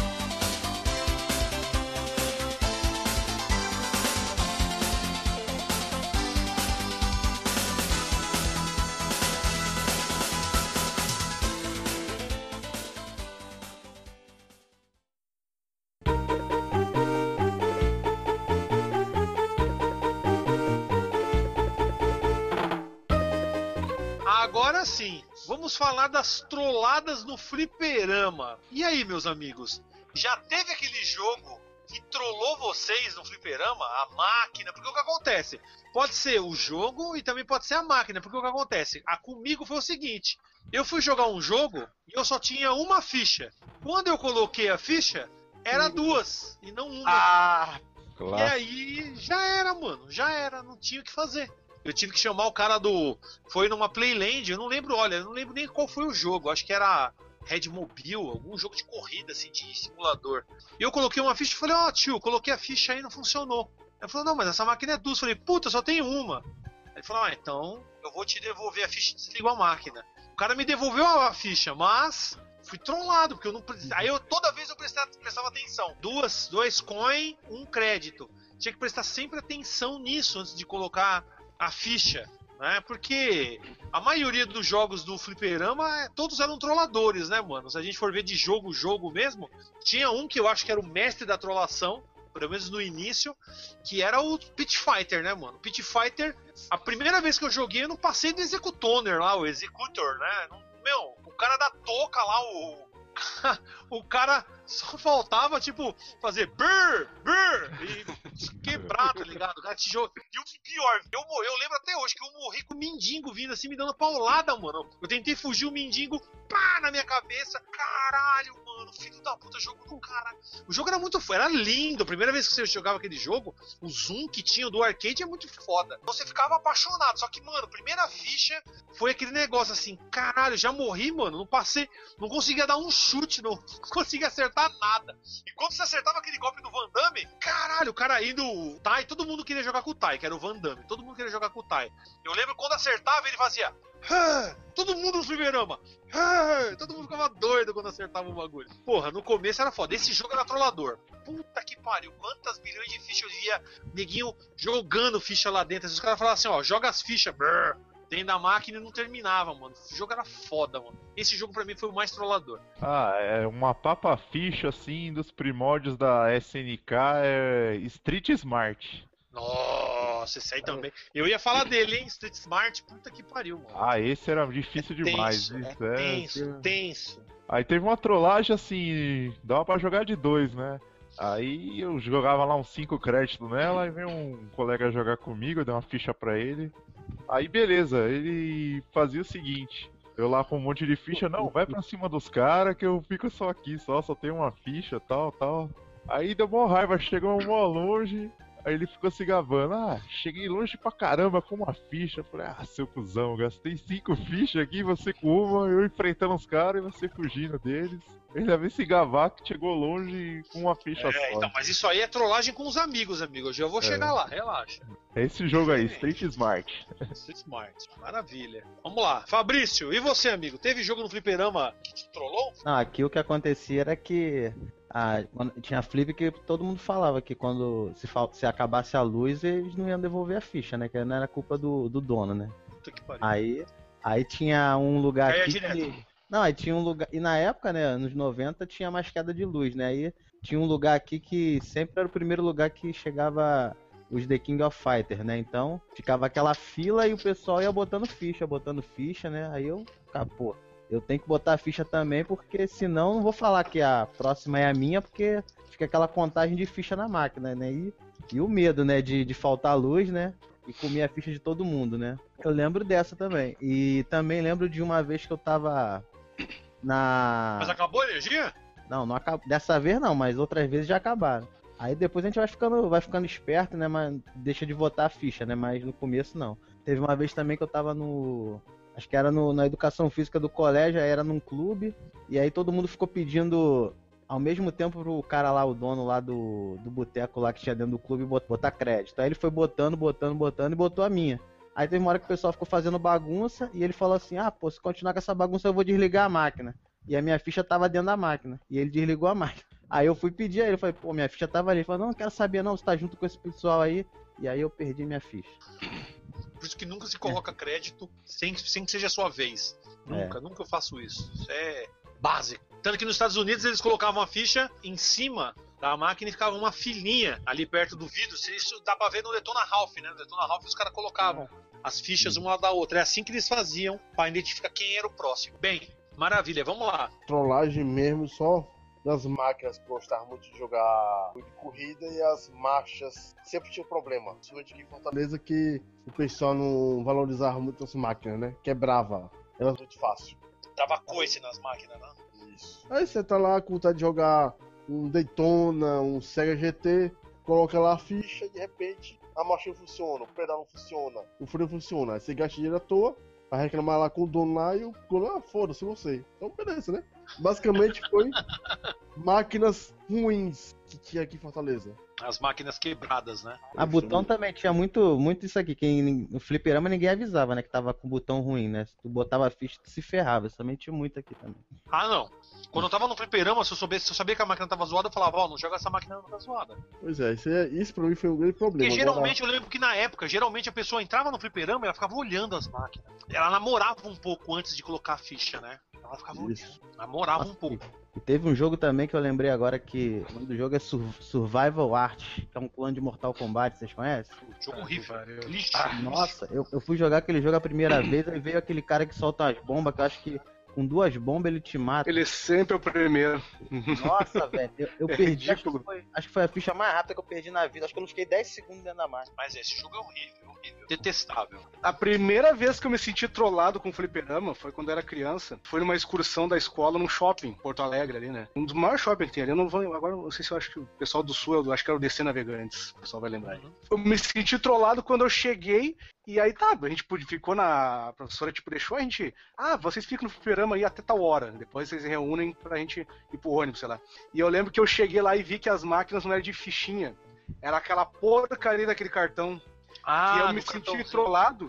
Agora sim, vamos falar das trolladas no fliperama. E aí, meus amigos, já teve aquele jogo que trollou vocês no fliperama? A máquina? Porque o que acontece? Pode ser o jogo e também pode ser a máquina. Porque o que acontece? Comigo foi o seguinte, eu fui jogar um jogo e eu só tinha uma ficha. Quando eu coloquei a ficha, era 2 e não uma. Claro. E aí, já era, mano, não tinha o que fazer. Eu tive que chamar o cara foi numa Playland, eu não lembro nem qual foi o jogo, acho que era Red Mobile, algum jogo de corrida, assim, de simulador. E eu coloquei uma ficha e falei, tio, coloquei a ficha aí e não funcionou. Ele falou, não, mas essa máquina é 2. Eu falei, puta, só tem uma. Ele falou, então eu vou te devolver a ficha e desligo a máquina. O cara me devolveu a ficha, mas fui trollado, porque eu não. Aí toda vez eu prestava atenção. 2 coin, 1 crédito. Tinha que prestar sempre atenção nisso antes de colocar a ficha, né? Porque a maioria dos jogos do fliperama, todos eram trolladores, né, mano? Se a gente for ver de jogo mesmo, tinha um que eu acho que era o mestre da trollação, pelo menos no início, que era o Pit Fighter, né, mano? Pit Fighter, a primeira vez que eu joguei, eu não passei do Executoner lá, o Executor, né? O cara da touca lá, o cara só faltava, tipo, fazer brrr, e quebrar, tá ligado? E o pior, eu lembro até hoje que eu morri com o mendigo vindo assim, me dando paulada, mano. Eu tentei fugir, o mendigo, pá, na minha cabeça. Caralho, mano, filho da puta, jogo do caralho. O jogo era muito foda, era lindo. A primeira vez que você jogava aquele jogo, o zoom que tinha do arcade é muito foda. Então você ficava apaixonado. Só que, mano, primeira ficha foi aquele negócio assim, caralho, já morri, mano, não passei, não conseguia dar um chute, não conseguia acertar nada. E quando você acertava aquele golpe do Van Damme, caralho, o cara indo Tai, todo mundo queria jogar com o Tai, que era o Van Damme, todo mundo queria jogar com o Tai. Eu lembro quando acertava, ele fazia todo mundo no fliperama, todo mundo ficava doido quando acertava o bagulho. Porra, no começo era foda, esse jogo era trollador. Puta que pariu, quantas milhões de fichas eu via neguinho jogando ficha lá dentro. Os caras falavam assim, joga as fichas, dentro da máquina e não terminava, mano. O jogo era foda, mano. Esse jogo pra mim foi o mais trollador. É uma papa ficha assim dos primórdios da SNK, é Street Smart. Nossa, esse aí também. Eu ia falar dele, hein? Street Smart, puta que pariu, mano. Esse era difícil demais. Tenso. Aí teve uma trollagem assim, dava pra jogar de 2, né? Aí eu jogava lá uns 5 créditos nela, e veio um colega jogar comigo, eu dei uma ficha pra ele. Aí beleza, ele fazia o seguinte, eu lá com um monte de ficha, não, vai pra cima dos caras que eu fico só aqui, só tenho uma ficha, tal. Aí deu mó raiva, chegou mó longe, aí ele ficou se gabando, cheguei longe pra caramba com uma ficha. Eu falei, seu cuzão, gastei 5 fichas aqui, você com uma, eu enfrentando os caras e você fugindo deles. Ainda vem se gabar que chegou longe com uma ficha só. Então, mas isso aí é trollagem com os amigos, amigo. Eu vou chegar lá, relaxa. É esse jogo aí, Street Smart. Street Smart, maravilha. Vamos lá. Fabrício, e você, amigo? Teve jogo no fliperama que te trollou? Não, aqui o que acontecia era que quando tinha flip que todo mundo falava que quando se acabasse a luz, eles não iam devolver a ficha, né? Que não era culpa do dono, né? Puta que pariu. Aí tinha um lugar Caia aqui direto. Não, aí tinha um lugar... E na época, né, anos 90, tinha mais queda de luz, né? Aí tinha um lugar aqui que sempre era o primeiro lugar que chegava os The King of Fighters, né? Então, ficava aquela fila e o pessoal ia botando ficha, né? Aí eu tenho que botar a ficha também, porque senão não vou falar que a próxima é a minha, porque fica aquela contagem de ficha na máquina, né? E o medo, né, de faltar luz, né? E comer a ficha de todo mundo, né? Eu lembro dessa também. E também lembro de uma vez que eu tava Mas acabou a energia? Não acabou. Dessa vez não, mas outras vezes já acabaram. Aí depois a gente vai ficando esperto, né? Mas deixa de botar a ficha, né? Mas no começo não. Teve uma vez também que eu tava acho que era na educação física do colégio, aí era num clube. E aí todo mundo ficou pedindo ao mesmo tempo pro cara lá, o dono lá do boteco lá que tinha dentro do clube, botar crédito. Aí ele foi botando e botou a minha. Aí teve uma hora que o pessoal ficou fazendo bagunça e ele falou assim, se continuar com essa bagunça eu vou desligar a máquina. E a minha ficha tava dentro da máquina. E ele desligou a máquina. Aí eu fui pedir a ele, falei, minha ficha tava ali. Ele falou, não quero saber não, você tá junto com esse pessoal aí. E aí eu perdi minha ficha. Por isso que nunca se coloca crédito sem que seja a sua vez. Nunca eu faço isso. Isso é básico. Tanto que nos Estados Unidos eles colocavam a ficha em cima da máquina e ficava uma filinha ali perto do vidro. Isso dá pra ver no Detona Ralph, né? No Detona Ralph os caras colocavam as fichas uma da outra. É assim que eles faziam pra identificar quem era o próximo. Bem, maravilha, vamos lá. Trollagem mesmo só das máquinas que gostavam muito de jogar de corrida e as marchas sempre tinha um problema. Principalmente aqui em Fortaleza que o pessoal não valorizava muito as máquinas, né? Quebrava. Era muito fácil. Dava coice nas máquinas, né? Isso. Aí você tá lá com vontade de jogar um Daytona, um Sega GT, coloca lá a ficha e de repente a marcha não funciona, o pedal não funciona, o freio não funciona. Aí você gasta dinheiro à toa, vai reclamar lá com o dono lá e o dono, foda-se você. Então beleza, né? Basicamente foi máquinas ruins que tinha aqui em Fortaleza. As máquinas quebradas, né? A botão também tinha muito isso aqui, que no fliperama ninguém avisava, né, que tava com o botão ruim, né? Se tu botava a ficha, tu se ferrava. Isso também tinha muito aqui também. Não. Quando eu tava no fliperama, se eu sabia que a máquina tava zoada, eu falava, não joga essa máquina, não tá zoada. Pois é, isso pra mim foi um grande problema. Porque geralmente, eu lembro que na época, a pessoa entrava no fliperama e ela ficava olhando as máquinas. Ela namorava um pouco antes de colocar a ficha, né? Ela ficava olhando, namorava um pouco. E teve um jogo também que eu lembrei agora que o nome do jogo é Survival Art, que é um clone de Mortal Kombat, vocês conhecem? Jogo horrível. Lixo. Nossa, eu fui jogar aquele jogo a primeira vez, aí veio aquele cara que solta as bombas, que eu acho que com 2 bombas ele te mata. Ele sempre é o primeiro. Nossa, velho, eu perdi, acho que foi a ficha mais rápida que eu perdi na vida, acho que eu não fiquei 10 segundos dentro da máquina. Mas esse jogo é horrível, detestável. A primeira vez que eu me senti trollado com fliperama foi quando eu era criança. Foi numa excursão da escola num shopping, Porto Alegre ali, né? Um dos maiores shoppings que tem ali. Agora não sei se eu acho que o pessoal do Sul, eu acho que era o DC Navegantes, o pessoal vai lembrar. Eu me senti trollado quando eu cheguei. E aí a gente ficou a professora deixou a gente, vocês ficam no fliperama aí até tal hora, depois vocês se reúnem pra gente ir pro ônibus, sei lá. E eu lembro que eu cheguei lá e vi que as máquinas não eram de fichinha, era aquela porcaria daquele cartão, que eu me senti trollado,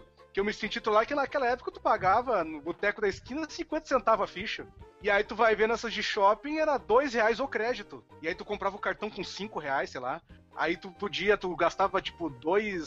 que naquela época tu pagava no boteco da esquina 50 centavos a ficha. E aí tu vai ver nessas de shopping, era R$2 o crédito. E aí tu comprava o cartão com R$5, sei lá. Aí tu gastava tipo 2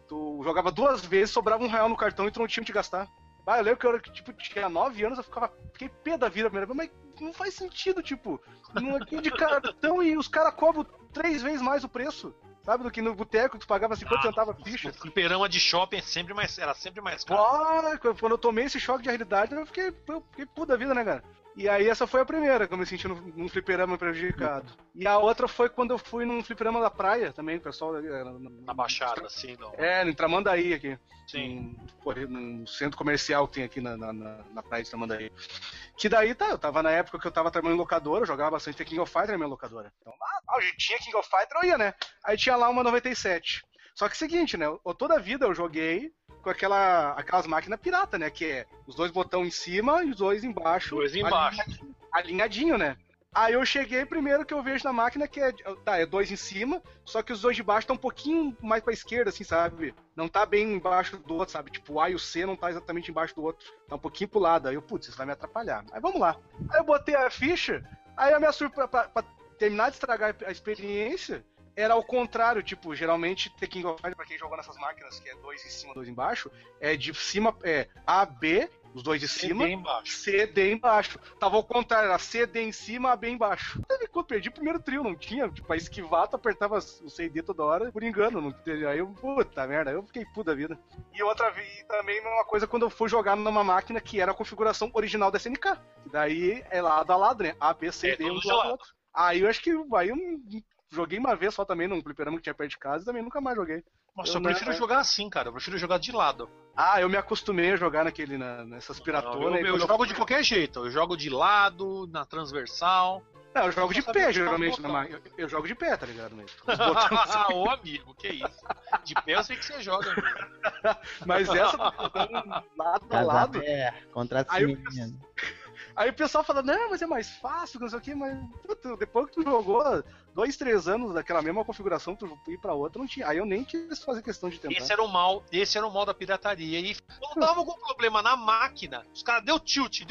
Tu jogava 2 vezes, sobrava R$1 no cartão e tu não tinha onde gastar. Eu lembro que eu tipo, tinha 9 anos, fiquei pé da vida a primeira vez, mas não faz sentido, tipo, não aqui de cartão e os caras cobram 3 vezes mais o preço. Sabe, do que no boteco, tu pagava 50 centavos a ficha. O fliperama de shopping era sempre mais caro. Quando eu tomei esse choque de realidade, eu fiquei puto da vida, né, cara? E aí essa foi a primeira que eu me senti num fliperama prejudicado. E a outra foi quando eu fui num fliperama da praia também, o pessoal... Na Baixada, assim, não. Em Tramandaí aqui. Sim. Num centro comercial que tem aqui na praia de Tramandaí. Que daí, eu tava na época que eu tava trabalhando em locadora, eu jogava bastante King of Fighter na minha locadora. Então, tinha King of Fighter, eu ia, né? Aí tinha lá uma 97. Só que é o seguinte, né? Toda a vida eu joguei com aquelas máquinas pirata, né? Que é os 2 botões em cima e os 2 embaixo. Alinhadinho, né? Aí eu cheguei, primeiro que eu vejo na máquina que é 2 em cima, só que os 2 de baixo tá um pouquinho mais pra esquerda, assim, sabe? Não tá bem embaixo do outro, sabe? Tipo, o A e o C não tá exatamente embaixo do outro. Tá um pouquinho pro lado. Aí eu, isso vai me atrapalhar. Aí vamos lá. Aí eu botei a ficha, aí a minha surpresa, pra terminar de estragar a experiência, era ao contrário, tipo, geralmente The King of Fighters, pra quem jogou nessas máquinas, que é 2 em cima, 2 embaixo, é de cima, A, B, os 2 de cima, C, D embaixo. Tava ao contrário, era C, D em cima, A, B embaixo. Quando eu perdi o primeiro trio, não tinha, tipo, pra esquivar, tu apertava o C e D toda hora, por engano, não, aí eu, puta merda, eu fiquei puta da vida. E outra vez, também uma coisa, quando eu fui jogar numa máquina que era a configuração original da SNK, que daí é lado a lado, né, A, B, C, D, um do lado do outro. Aí eu acho que, aí eu joguei uma vez só também num fliperama que tinha perto de casa e também nunca mais joguei. Nossa, eu prefiro jogar assim, cara. Eu prefiro jogar de lado. Eu me acostumei a jogar nessas piratonas. Eu jogo de qualquer jeito. Eu jogo de lado, na transversal. Não, eu jogo de pé, geralmente. Eu jogo de pé, tá ligado? Ô, amigo, que isso. De pé eu sei que você joga. Amigo. Mas essa lado a lado... Contra a menina. Aí o pessoal fala, não, mas é mais fácil, não sei o que, mas puta, depois que tu jogou 2, 3 anos daquela mesma configuração, tu ir pra outra, não tinha. Aí eu nem quis fazer questão de tentar. Esse era o mal da pirataria. E quando dava algum problema na máquina, os caras deu tilt,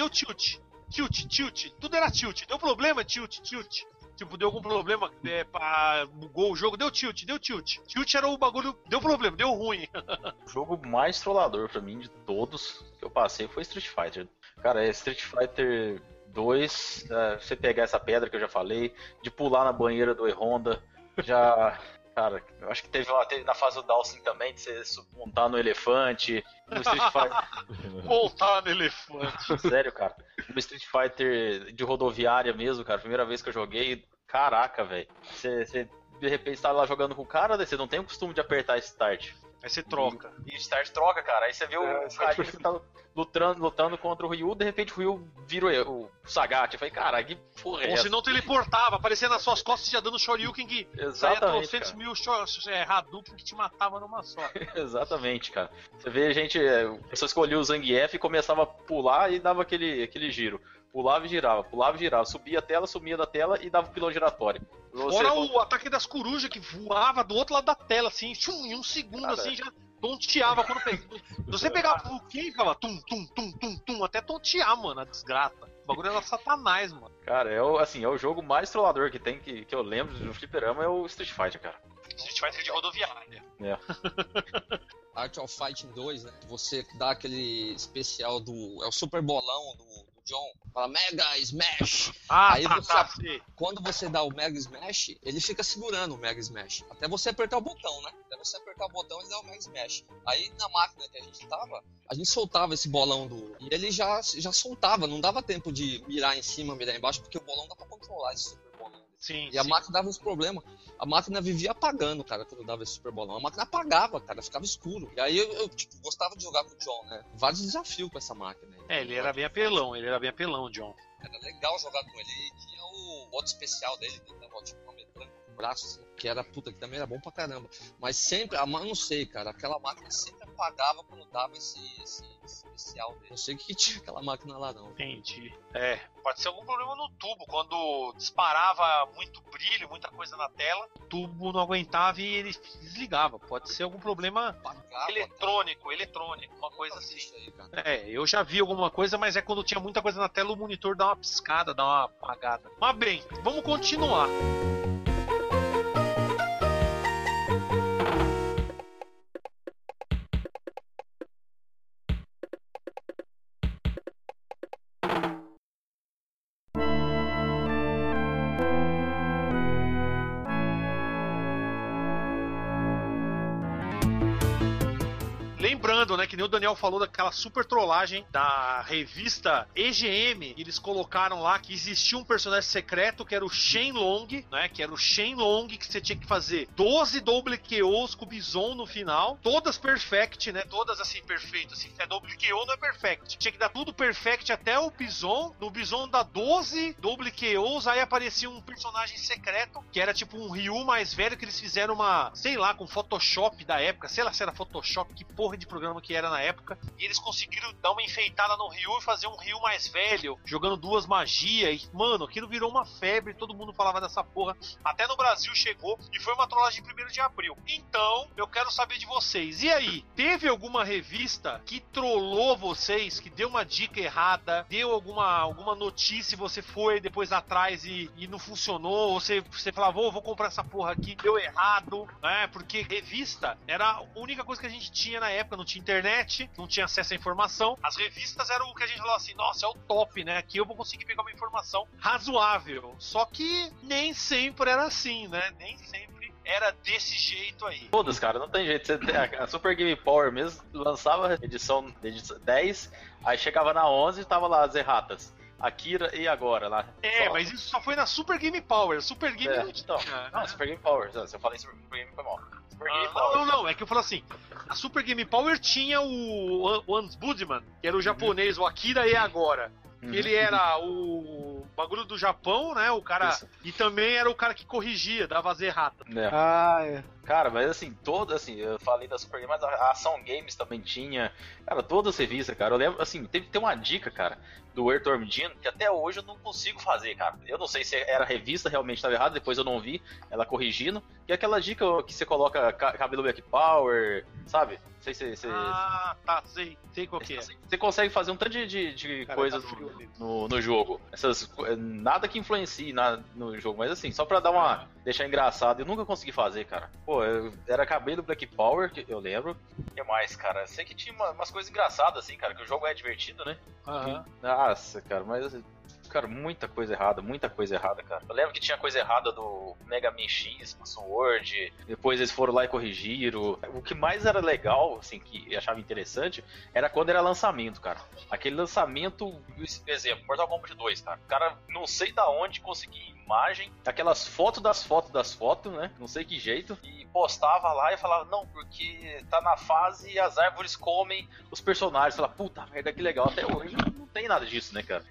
tudo era tilt. Deu problema, tilt. Tipo, deu algum problema, bugou o jogo, deu tilt. Tilt era o bagulho, deu problema, deu ruim. O jogo mais trollador pra mim de todos que eu passei foi Street Fighter. Cara, é Street Fighter 2, você pegar essa pedra que eu já falei, de pular na banheira do E-Honda, já... Cara, eu acho que teve na fase do Dawson também, de você montar no elefante, no Street Fighter... Montar no elefante. Sério, cara. No Street Fighter de rodoviária mesmo, cara, primeira vez que eu joguei, caraca, velho. Você de repente tá lá jogando com o cara, você não tem o costume de apertar Start. Aí você troca. E Start troca, cara. Aí você vê o cara que tá lutando contra o Ryu, de repente o Ryu vira o Sagat. Eu falei, cara, que porra é essa? Ou se não teleportava, aparecia nas suas costas já dando Shoryuken que saia 300.000 Hadouken que te matava numa só. Exatamente, cara. Você vê a gente, a pessoa escolhia o Zangief e começava a pular e dava aquele giro. Pulava e girava, subia a tela, sumia da tela e dava o pilão giratório. Fora o ataque das corujas que voava do outro lado da tela, assim, em um segundo, cara, assim, já tonteava quando pegava. Você pegava o que ficava tum, até tontear, mano, a desgraça. O bagulho era satanás, mano. Cara, é o jogo mais trollador que tem, que eu lembro do fliperama, é o Street Fighter, cara. Street Fighter de rodoviária. Art of Fighting 2, né? Você dá aquele especial é o super bolão do John, fala Mega Smash. Aí quando você dá o Mega Smash, ele fica segurando o Mega Smash. Até você apertar o botão, né? Até você apertar o botão, ele dá o Mega Smash. Aí na máquina que a gente tava, a gente soltava esse bolão e ele já soltava, não dava tempo de mirar em cima, mirar embaixo, porque o bolão dá pra controlar esse super bolão. Sim, a máquina dava uns problemas. A máquina vivia apagando, cara, quando dava esse super bolão. A máquina apagava, cara, ficava escuro. E aí eu gostava de jogar com o John, né? Vários desafios com essa máquina. Ele era bem apelão, John. Era legal jogar com ele. E tinha o modo especial dele, que dava tipo uma metrânca com o braço, assim, que era, que também era bom pra caramba. Mas sempre, eu não sei, cara, aquela máquina sempre apagava quando dava esse especial dele. Não sei o que tinha aquela máquina lá, não. Entendi. Pode ser algum problema no tubo, quando disparava muito brilho, muita coisa na tela, o tubo não aguentava e ele desligava. Pode ser algum problema eletrônico, uma coisa assim. Aí, eu já vi alguma coisa, mas é quando tinha muita coisa na tela, o monitor dá uma piscada, dá uma apagada. Mas bem, vamos continuar. lembrando, né, que nem o Daniel falou daquela super trollagem da revista EGM, eles colocaram lá que existia um personagem secreto que era o Shenlong, né, que era o Shenlong, que você tinha que fazer 12 double KOs com o Bison no final, todas perfect, né, todas assim, perfeito, assim, double KO não é perfect, tinha que dar tudo perfect até o Bison, no Bison dá 12 double KOs, aí aparecia um personagem secreto, que era tipo um Ryu mais velho, que eles fizeram uma, sei lá, com Photoshop da época, sei lá se era Photoshop, que porra de programa que era na época, e eles conseguiram dar uma enfeitada no Ryu e fazer um Ryu mais velho, jogando 2 magias, e, mano, aquilo virou uma febre, todo mundo falava dessa porra, até no Brasil chegou, e foi uma trollagem de 1º de abril. Então, eu quero saber de vocês, e aí, teve alguma revista que trollou vocês, que deu uma dica errada, deu alguma notícia e você foi depois atrás e não funcionou, ou você falava, vou comprar essa porra aqui, deu errado, né, porque revista era a única coisa que a gente tinha na época, não tinha internet, não tinha acesso à informação, as revistas eram o que a gente falava assim, nossa, é o top, né, aqui eu vou conseguir pegar uma informação razoável, só que nem sempre era assim, né, nem sempre era desse jeito aí. Todas, cara, não tem jeito. A Super Game Power mesmo lançava edição 10, aí chegava na 11 e tava lá as erratas. Akira e agora lá. Só. Mas isso só foi na Super Game Power. Super Game não tinha. Então, não, Super Game Power. Se eu falei Super Game foi mal. Super Game Power. Não. É que eu falo assim. A Super Game Power tinha o Ombudsman, que era o japonês, o Akira e agora. Ele era o bagulho do Japão, né? O cara. Isso. E também era o cara que corrigia, dava as erratas. É. Cara, mas assim, eu falei da Super Game, mas a Ação Games também tinha. Cara, todas as revistas, cara. Eu lembro, assim, tem uma dica, cara, do Earthworm Jim, que até hoje eu não consigo fazer, cara. Eu não sei se era a revista realmente estava errada, depois eu não vi ela corrigindo. E aquela dica que você coloca cabelo back power, sabe? Não sei se. Tá, sei qual que é. Você consegue fazer um tanto de coisa no jogo. Nada que influencie no jogo, mas assim, só pra deixar engraçado, eu nunca consegui fazer, cara. Pô, era cabelo Black Power, que eu lembro. O que mais, cara? Sei que tinha umas coisas engraçadas, assim, cara, que o jogo é divertido, né? Nossa, cara, mas... Cara, muita coisa errada, cara. Eu lembro que tinha coisa errada do Mega Man X, do Sword, depois eles foram lá e corrigiram. O que mais era legal, assim, que eu achava interessante, era quando era lançamento, cara. Aquele lançamento, exemplo, Mortal Kombat 2, cara. O cara, não sei da onde conseguia imagem, aquelas fotos das fotos, né? Não sei que jeito. E postava lá e falava, não, porque tá na fase e as árvores comem os personagens. Falava, puta merda, que legal. Até hoje não tem nada disso, né, cara?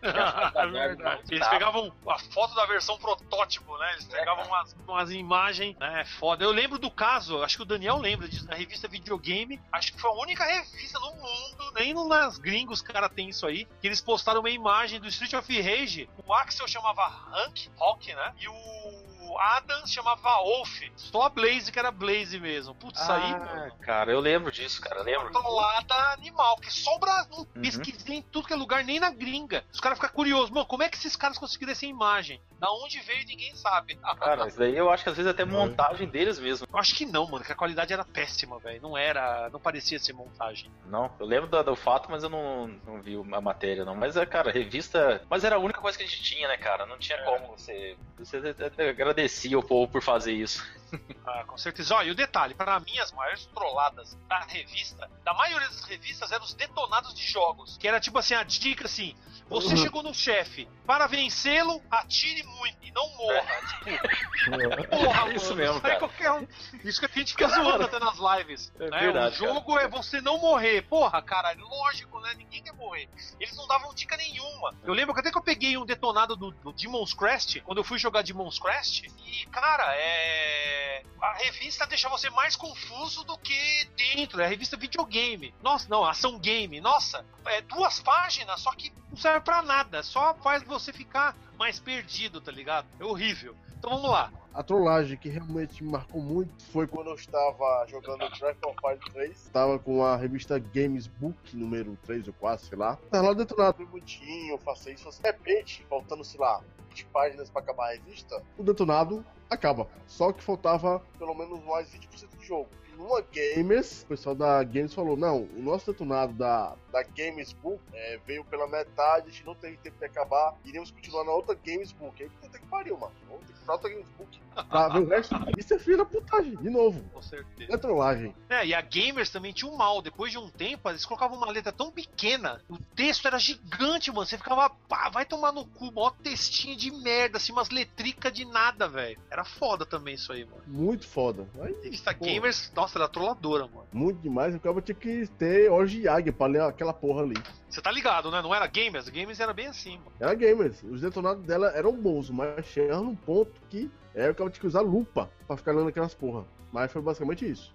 Eles pegavam a foto da versão protótipo, né? Eles pegavam umas imagens, né? Foda. Eu lembro do caso, acho que o Daniel lembra disso, na revista Videogame. Acho que foi a única revista no mundo, nem nas gringos os caras tem isso aí, que eles postaram uma imagem do Street of Rage. O Axel chamava Hawk, né? E o Adam chamava Wolf. Só a Blaze que era Blaze mesmo. Putz, isso aí, mano. Cara, eu lembro disso, cara. Eu lembro. Uma trollada animal, porque só o Brasil pesquisei em tudo que é lugar, nem na gringa. Os caras ficam curiosos, mano, como é que esses caras conseguiram essa imagem? Da onde veio ninguém sabe. Cara, isso daí eu acho que às vezes até montagem deles mesmo. Eu acho que não, mano, que a qualidade era péssima, velho. Não parecia ser montagem. Não, eu lembro do fato, mas eu não vi a matéria, não. Mas, cara, revista... Mas era a única coisa que a gente tinha, né, cara? Não tinha como você até agradecia o povo por fazer isso. Com certeza. Olha, e o detalhe, pra mim as maiores trolladas da revista, da maioria das revistas, eram os detonados de jogos. Que era tipo assim, a dica assim, você chegou no chefe, para vencê-lo, atire muito e não morra. Tipo, porra, isso mano, mesmo, cara. Isso que a gente fica zoando até nas lives. É né? verdade, o jogo cara. é você não morrer. Porra, cara, lógico, né? Ninguém quer morrer. Eles não davam dica nenhuma. Eu lembro que até que eu peguei um detonado do Demon's Crest, quando eu fui jogar Demon's Crest, e, cara, a revista deixa você mais confuso do que dentro. É a revista videogame. Nossa, não, ação game. Nossa, 2 páginas, só que não serve pra nada. Só faz você ficar mais perdido, tá ligado? É horrível. Então vamos lá. A trollagem que realmente me marcou muito foi quando eu estava jogando Breath of Fire 3. Estava com a revista Games Book, número 3 ou 4, sei lá. Tava lá detonado, bem bonitinho, eu faço isso. De repente, faltando, sei lá, 20 páginas pra acabar a revista, o detonado acaba. Só que faltava pelo menos mais 20% do jogo. Numa Gamers, o pessoal da Games falou, não, o nosso detonado da Games Book veio pela metade, a gente não teve tempo de acabar, iríamos continuar na outra Games Book. Aí puta que pariu, mano. Vamos ter que ir pra outra Games Book. pra ver o resto. Isso é filho da putagem, de novo. Com certeza. É trollagem. E a Gamers também tinha um mal. Depois de um tempo, eles colocavam uma letra tão pequena, o texto era gigante, mano. Você ficava, pá, vai tomar no cu, mó textinho de merda, assim, umas letricas de nada, velho. Era foda também isso aí, mano. Muito foda. Aí, A Gamers, nossa, era trolladora, mano. muito demais. O cara tinha que ter Orge Jagger pra ler aquela porra ali. Você tá ligado, né? Não era Gamers? A Gamers era bem assim, mano. Era Gamers. Os detonados dela eram bons, mas chegava num ponto que o cara tinha que usar lupa pra ficar lendo aquelas porra. Mas foi basicamente isso.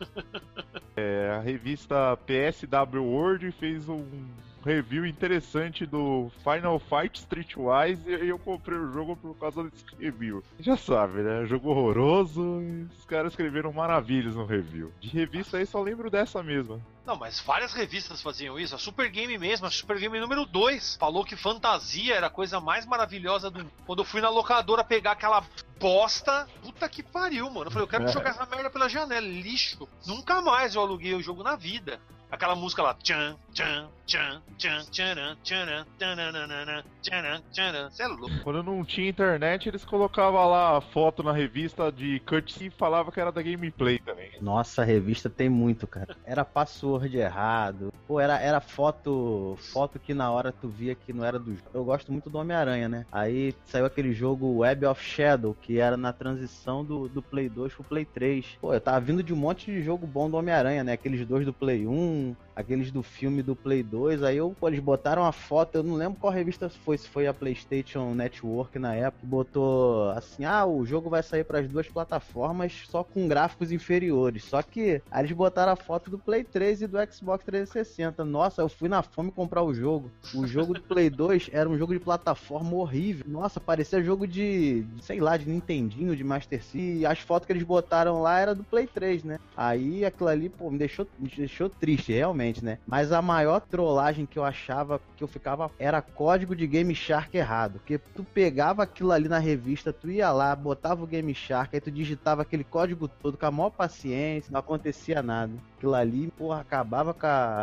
A revista PSW World fez um review interessante do Final Fight Streetwise e eu comprei o jogo por causa desse review. Já sabe, né? Jogo horroroso e os caras escreveram maravilhas no review. De revista aí só lembro dessa mesma. Não, mas várias revistas faziam isso. A Super Game mesmo, a Super Game número 2, falou que fantasia era a coisa mais maravilhosa do mundo. Quando eu fui na locadora pegar aquela bosta, puta que pariu, mano. Eu falei, eu quero jogar essa merda pela janela, lixo. Nunca mais eu aluguei o jogo na vida. Aquela música lá, tchan, tchan, tchan, tchan, tcharam, tcharam, tananana, tcharam, tcharam. Você é louco. Quando não tinha internet, eles colocavam lá a foto na revista de cutscene e falavam que era da gameplay também. Nossa, a revista tem muito, cara. Era password errado. Pô, era foto que na hora tu via que não era do jogo. Eu gosto muito do Homem-Aranha, né? Aí saiu aquele jogo Web of Shadow, que era na transição do Play 2 pro Play 3. Pô, eu tava vindo de um monte de jogo bom do Homem-Aranha, né? Aqueles dois do Play 1, aqueles do filme do Play 2, aí eles botaram a foto, eu não lembro qual revista foi, se foi a PlayStation Network na época, botou assim, o jogo vai sair para as duas plataformas só com gráficos inferiores, só que aí eles botaram a foto do Play 3 e do Xbox 360, nossa, eu fui na fome comprar o jogo do Play 2 era um jogo de plataforma horrível, nossa, parecia jogo de sei lá, de Nintendinho, de Master System, e as fotos que eles botaram lá era do Play 3, né, aí aquilo ali, pô, me deixou triste, realmente, né? Mas a maior trollagem que eu achava, que eu ficava, era código de Game Shark errado. Porque tu pegava aquilo ali na revista, tu ia lá, botava o Game Shark, aí tu digitava aquele código todo com a maior paciência, não acontecia nada. Aquilo ali, porra, acabava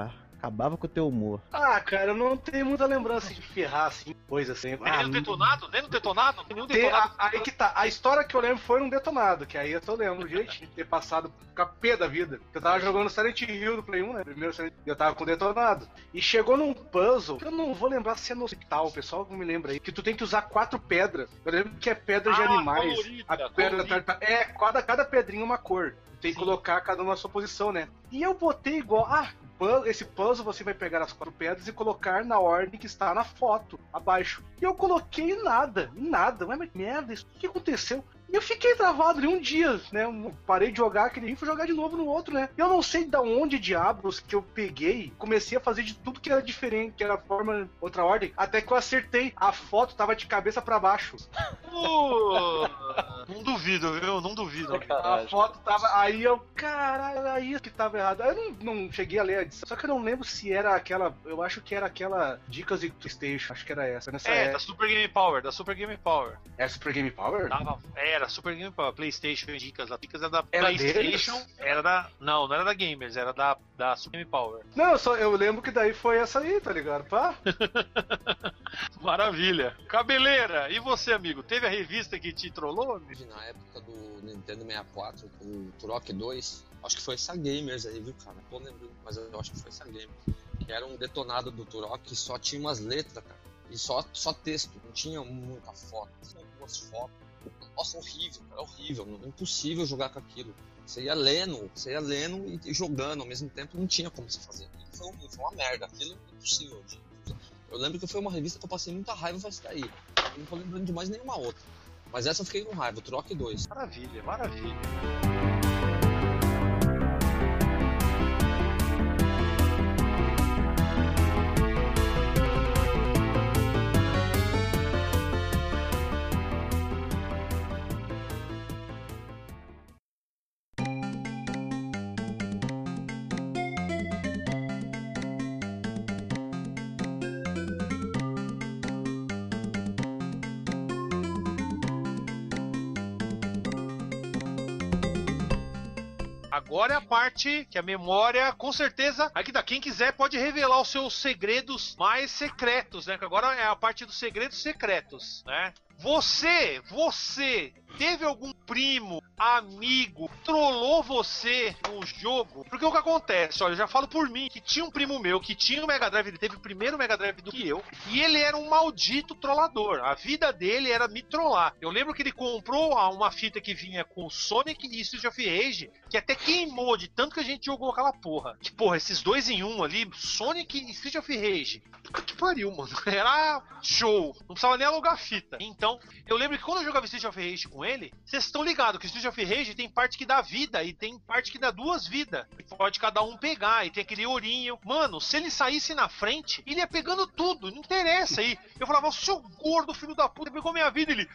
com o teu humor. Cara, eu não tenho muita lembrança de ferrar assim, coisa assim. Nem no detonado? Nem no detonado? Nenhum detonado. Aí que tá. A história que eu lembro foi um detonado, que aí eu tô lembrando direitinho de ter passado capê da vida. Eu tava jogando Silent Hill do Play 1, né? Primeiro Silent Hill, eu tava com detonado. E chegou num puzzle, que eu não vou lembrar se é no hospital, o pessoal me lembra aí, que tu tem que usar 4 pedras. Eu lembro que é pedra de animais. Colorida, a pedra cada pedrinha uma cor. Tem que colocar cada uma na sua posição, né? E eu botei igual, esse puzzle você vai pegar as 4 pedras e colocar na ordem que está na foto, abaixo. E eu coloquei nada. Mas merda, o que aconteceu? E eu fiquei travado ali um dia, né? Eu parei de jogar aquele e fui jogar de novo no outro, né? Eu não sei da onde diabos que eu peguei, comecei a fazer de tudo que era diferente, que era forma, outra ordem, até que eu acertei. A foto tava de cabeça pra baixo. Não duvido, viu? Não duvido. A foto tava. Aí eu, caralho, era isso que tava errado. Aí eu não cheguei a ler a edição. Só que eu não lembro se era aquela. Eu acho que era aquela Dicas de PlayStation. Acho que era essa. Da Super Game Power. É Super Game Power? Era Super Game Power. PlayStation Dicas. A Dicas era da Era PlayStation. Deles? Era da. Não era da Gamers, era da Super Game Power. Não, eu lembro que daí foi essa aí, tá ligado? Pá? Maravilha. Cabeleira, e você, amigo? Teve a revista que te trollou, amigo? Na época do Nintendo 64, o Turok 2, acho que foi essa Gamers aí, viu, cara? Não tô lembrando, mas eu acho que foi essa Gamers. Que era um detonado do Turok que só tinha umas letras, cara. E só texto, não tinha muita foto. Tinha algumas fotos. Nossa, horrível, cara, horrível. Impossível jogar com aquilo. Você ia lendo e jogando ao mesmo tempo, não tinha como você fazer. Foi uma merda, aquilo é impossível. Eu lembro que foi uma revista que eu passei muita raiva pra sair. Eu não tô lembrando de mais nenhuma outra. Mas essa eu fiquei com raiva, o Turok 2. Maravilha, maravilha. Agora é a parte que a memória, com certeza, aqui tá, quem quiser pode revelar os seus segredos mais secretos, né? Que agora é a parte dos segredos secretos, né? Você teve algum primo, amigo, trollou você no jogo? Porque o que acontece, olha, eu já falo por mim, que tinha um primo meu que tinha o Mega Drive, ele teve o primeiro Mega Drive do que eu, e ele era um maldito trollador. A vida dele era me trollar. Eu lembro que ele comprou uma fita que vinha com Sonic e Street of Rage, que até queimou de tanto que a gente jogou aquela porra. Que porra, esses 2 em 1 ali, Sonic e Street of Rage. Puta que pariu, mano. Era show. Não precisava nem alugar fita. Então, eu lembro que quando eu jogava Street of Rage com ele, vocês estão ligados que Street of Rage tem parte que dá vida e tem parte que dá 2 vidas. Pode cada um pegar e tem aquele ourinho. Mano, se ele saísse na frente, ele ia pegando tudo. Não interessa. E eu falava, seu gordo, filho da puta, pegou minha vida. Ele...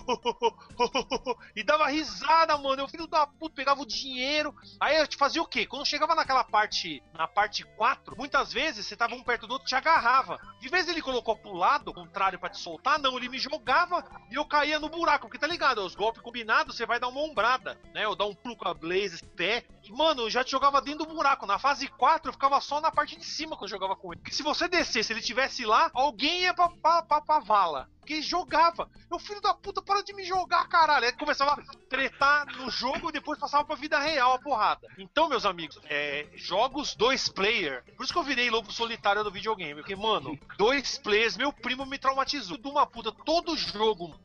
e dava risada, mano. Eu, filho da puta, pegava o dinheiro. Aí eu te fazia o quê? Quando chegava naquela parte, na parte 4, muitas vezes você tava um perto do outro e te agarrava. De vez ele colocou pro lado, contrário pra te soltar, não, ele me jogava e eu caía no buraco, porque tá ligado, os golpes combinados, você vai dar uma ombrada, né, eu dar um pulo com a Blaze, pé, e mano, eu já te jogava dentro do buraco, na fase 4 eu ficava só na parte de cima quando eu jogava com ele, porque se você descesse, ele tivesse lá, alguém ia pra vala. Porque jogava. Eu, filho da puta, para de me jogar, caralho. Aí começava a tretar no jogo e depois passava pra vida real a porrada. Então, meus amigos, jogos 2 player. Por isso que eu virei lobo solitário do videogame. Porque, mano, 2 players, meu primo me traumatizou. De uma puta, todo jogo,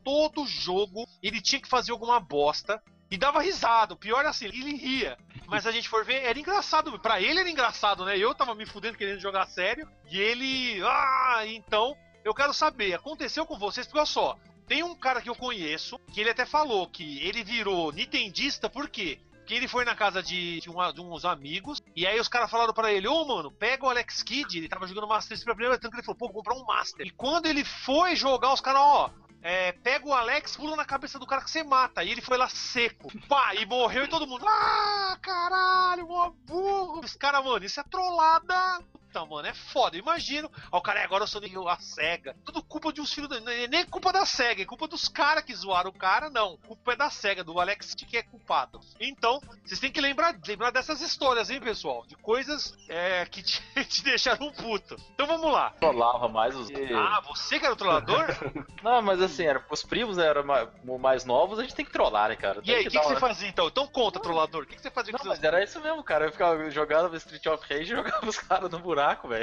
ele tinha que fazer alguma bosta. E dava risada. O pior é assim, ele ria. Mas se a gente for ver, era engraçado. Pra ele era engraçado, né? Eu tava me fudendo querendo jogar sério. E ele... então... Eu quero saber, aconteceu com vocês? Porque olha só, tem um cara que eu conheço, que ele até falou que ele virou nintendista, por quê? Porque ele foi na casa de uns amigos, e aí os caras falaram pra ele, mano, pega o Alex Kidd, ele tava jogando Master System pela primeira vez, ele falou, vou comprar um Master. E quando ele foi jogar, os caras, pega o Alex, pula na cabeça do cara que você mata. E ele foi lá seco. Pá, e morreu e todo mundo, caralho, mó burro. Os caras, mano, isso é trollada. Puta, mano, é foda, eu imagino. O cara, agora eu sou a SEGA. Tudo culpa de uns filhos nem culpa da SEGA, é culpa dos caras que zoaram o cara, não. Culpa é da SEGA, do Alex que é culpado. Então, vocês têm que lembrar dessas histórias, hein, pessoal? De coisas que te deixaram puto. Então vamos lá. Trollava mais os... você que era o trollador? Não, mas assim, os primos eram mais novos, a gente tem que trollar, né, cara? E aí, o que você fazia então? Então conta, trollador. O que você fazia com seus... Mas era isso mesmo, cara. Eu ficava jogando Street of Rage e jogava os caras no buraco, velho.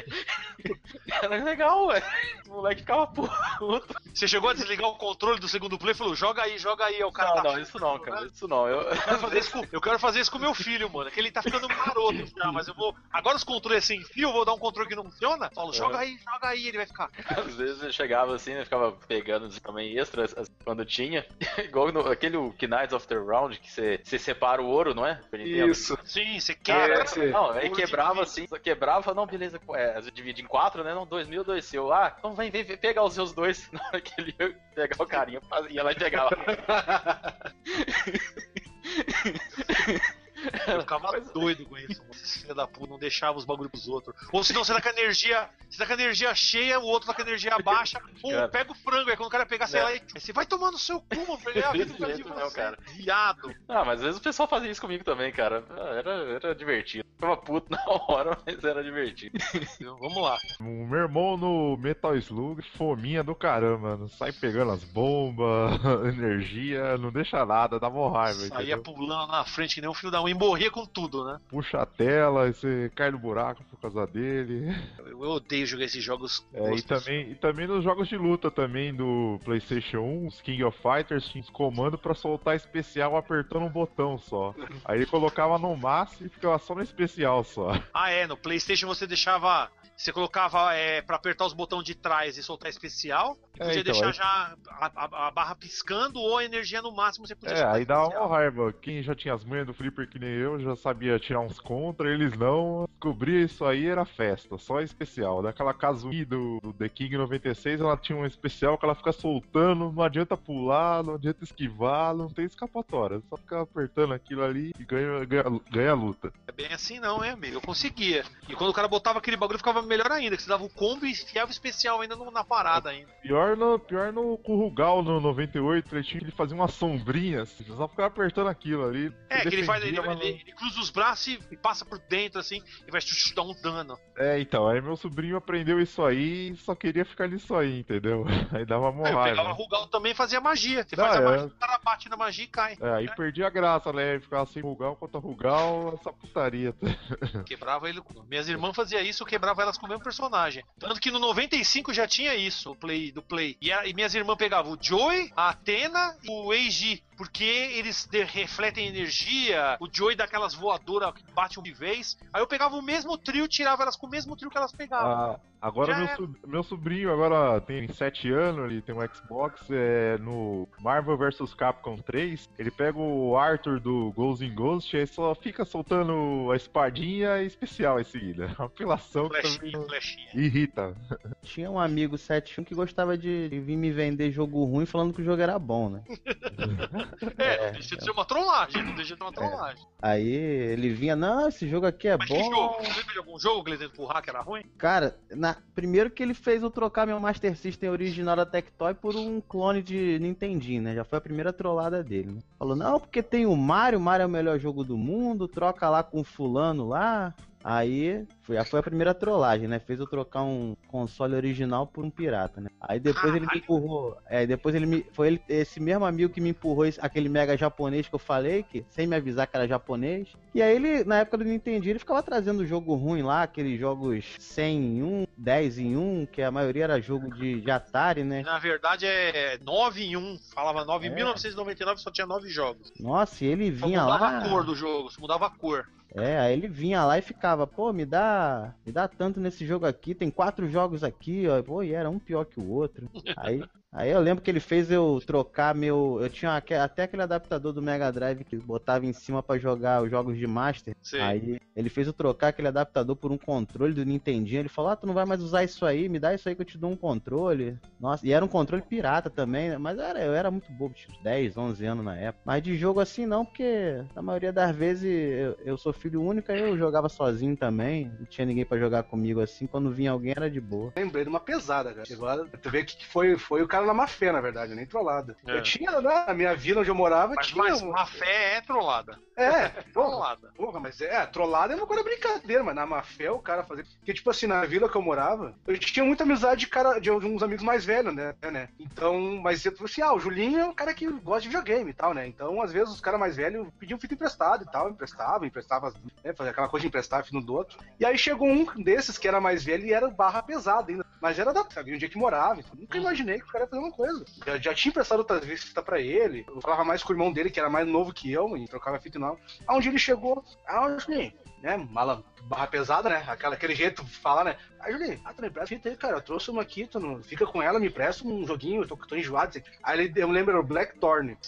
Era legal, velho. O moleque ficava puto. Você chegou a desligar o controle do segundo play e falou, joga aí, o cara não, isso não, cara. Isso não. Eu quero fazer isso com o meu filho, mano. Que ele tá ficando maroto já, mas eu vou... Agora os controles sem fio, eu vou dar um controle que não funciona. Falo, joga aí, ele vai ficar. Às vezes eu chegava assim, né, ficava pegando também extras quando tinha. Igual aquele Knights of the Round, que você separa o ouro, não é? Isso. Sim, você quebra. Não, aí quebrava assim, não, beleza, divide em 4, né? Não, 2 mil, 2 seu. Então vem pegar os seus 2. Na hora que ele ia pegar o carinha, ia lá e pegava. Eu ficava doido com isso. Esses filhos da puta não deixavam os bagulho pros outros. Ou senão você tá com a energia cheia, o outro tá com a energia baixa. Ou pega o frango, aí quando o cara pegar, sei lá, aí você vai tomar no seu cu, mano, pra ele a vida de você, cara. Viado. Mas às vezes o pessoal fazia isso comigo também, cara. Era divertido. Ficava puto na hora, mas era divertido. Então, vamos lá. O meu irmão no Metal Slug, fominha do caramba, mano. Sai pegando as bombas, energia, não deixa nada, dá mó raiva. Saía pulando na frente que nem um filho da mãe, morria com tudo, né? Puxa a tela, e você cai no buraco por causa dele. Eu odeio jogar esses jogos. E também nos jogos de luta também do PlayStation 1, os King of Fighters tinha os comandos pra soltar especial apertando um botão só. Aí ele colocava no máximo e ficava só no especial só. No PlayStation você deixava... Você colocava pra apertar os botões de trás e soltar especial. E podia deixar já a barra piscando ou a energia no máximo. Você podia soltar aí dava uma raiva. Quem já tinha as manhas do Flipper que nem eu, já sabia tirar uns contra, eles não. Descobrir isso aí era festa, só especial. Daquela Kazumi do The King 96, ela tinha um especial que ela fica soltando, não adianta pular, não adianta esquivar, não tem escapatória. Só ficar apertando aquilo ali e ganha a luta. É bem assim assim não, hein, amigo? Eu conseguia. E quando o cara botava aquele bagulho, ficava melhor ainda, que você dava o combo e enfiava o especial ainda na parada ainda. Pior no Rugal no 98, ele fazia uma sombrinha, assim, você só ficava apertando aquilo ali. Que ele faz, ele ele cruza os braços e passa por dentro, assim, e vai dar um dano. Então, aí meu sobrinho aprendeu isso aí e só queria ficar nisso aí, entendeu? Aí dava uma Eu raiva. pegava Rugal também e fazia magia. Você faz a magia, o cara bate na magia e cai. Aí perdia a graça, né? Ficava sem Rugal contra Rugal, essa putaria. Quebrava ele. Minhas irmãs faziam isso, eu quebrava elas com o mesmo personagem. Tanto que no 95 já tinha isso, do Play. E minhas irmãs pegavam o Joey, a Athena e o Eiji. Porque eles refletem energia, o Joey dá aquelas voadoras que bate de vez. Aí eu pegava o mesmo trio e tirava elas com o mesmo trio que elas pegavam. Agora meu sobrinho agora tem 7 anos, ele tem um Xbox, no Marvel vs Capcom 3, ele pega o Arthur do Ghost in Ghost e só fica soltando a espadinha especial em seguida. Uma apilação que também irrita. Tinha um amigo 71 que gostava de vir me vender jogo ruim falando que o jogo era bom, né? Não deixa de ser uma trollagem, Aí ele vinha, não, esse jogo aqui é Mas bom. Que jogo? Você lembra de algum jogo que ele tentou empurrar que era ruim? Cara, primeiro que ele fez eu trocar meu Master System original da Tectoy por um clone de Nintendinho, né? Já foi a primeira trollada dele, né? Falou, não, porque tem o Mario é o melhor jogo do mundo, troca lá com o fulano lá. Aí foi a primeira trollagem, né? Fez eu trocar um console original por um pirata, né? Aí depois ele me empurrou. Foi esse mesmo amigo que me empurrou aquele mega japonês que eu falei, que sem me avisar que era japonês. E aí ele, na época do Nintendo, ele ficava trazendo jogo ruim lá, aqueles jogos 100 em 1, 10 em 1, que a maioria era jogo de Atari, né? Na verdade é 9 em 1. Falava 9 em 1999, só tinha 9 jogos. Nossa, e ele vinha lá. Mudava a cor do jogo, mudava a cor. Aí ele vinha lá e ficava, pô, me dá tanto nesse jogo aqui, tem 4 jogos aqui, ó, pô, e era um pior que o outro. Aí eu lembro que ele fez eu trocar eu tinha até aquele adaptador do Mega Drive que botava em cima pra jogar os jogos de Master. Sim. Aí ele fez eu trocar aquele adaptador por um controle do Nintendinho, ele falou, tu não vai mais usar isso aí, me dá isso aí que eu te dou um controle. Nossa, e era um controle pirata também, né? Mas eu era muito bobo, tipo 10, 11 anos na época. Mas de jogo assim não, porque na maioria das vezes eu sou filho único, aí eu jogava sozinho também, não tinha ninguém pra jogar comigo assim, quando vinha alguém era de boa. Lembrei de uma pesada, cara. Agora, tu vê que foi o cara na má fé, na verdade, nem trollada. Eu tinha, na minha vila onde eu morava, mas má fé é trollada. Trollada. Porra, mas trollada é uma coisa brincadeira, mas na má fé o cara fazia. Porque, tipo assim, na vila que eu morava, eu tinha muita amizade de uns amigos mais velhos, né? Então, mas eu falei assim, o Julinho é um cara que gosta de videogame e tal, né? Então, às vezes, os caras mais velhos pediam fita emprestada e tal, emprestava, né? Fazia aquela coisa de emprestar fita do outro. E aí chegou um desses que era mais velho e era barra pesada ainda. Mas era sabia onde é que morava. Então, nunca imaginei que o cara ia fazer uma coisa. Já tinha emprestado outras vezes fita pra ele. Eu falava mais com o irmão dele, que era mais novo que eu, e trocava fita e não. Aonde ele chegou, Julinho, né? Mala barra pesada, né? Aquele jeito de falar, né? Julinho, tu me empresta fita aí, cara. Eu trouxe uma aqui, tu não fica com ela, me empresta um joguinho, eu tô enjoado. Aí eu lembro, era o Blackthorn.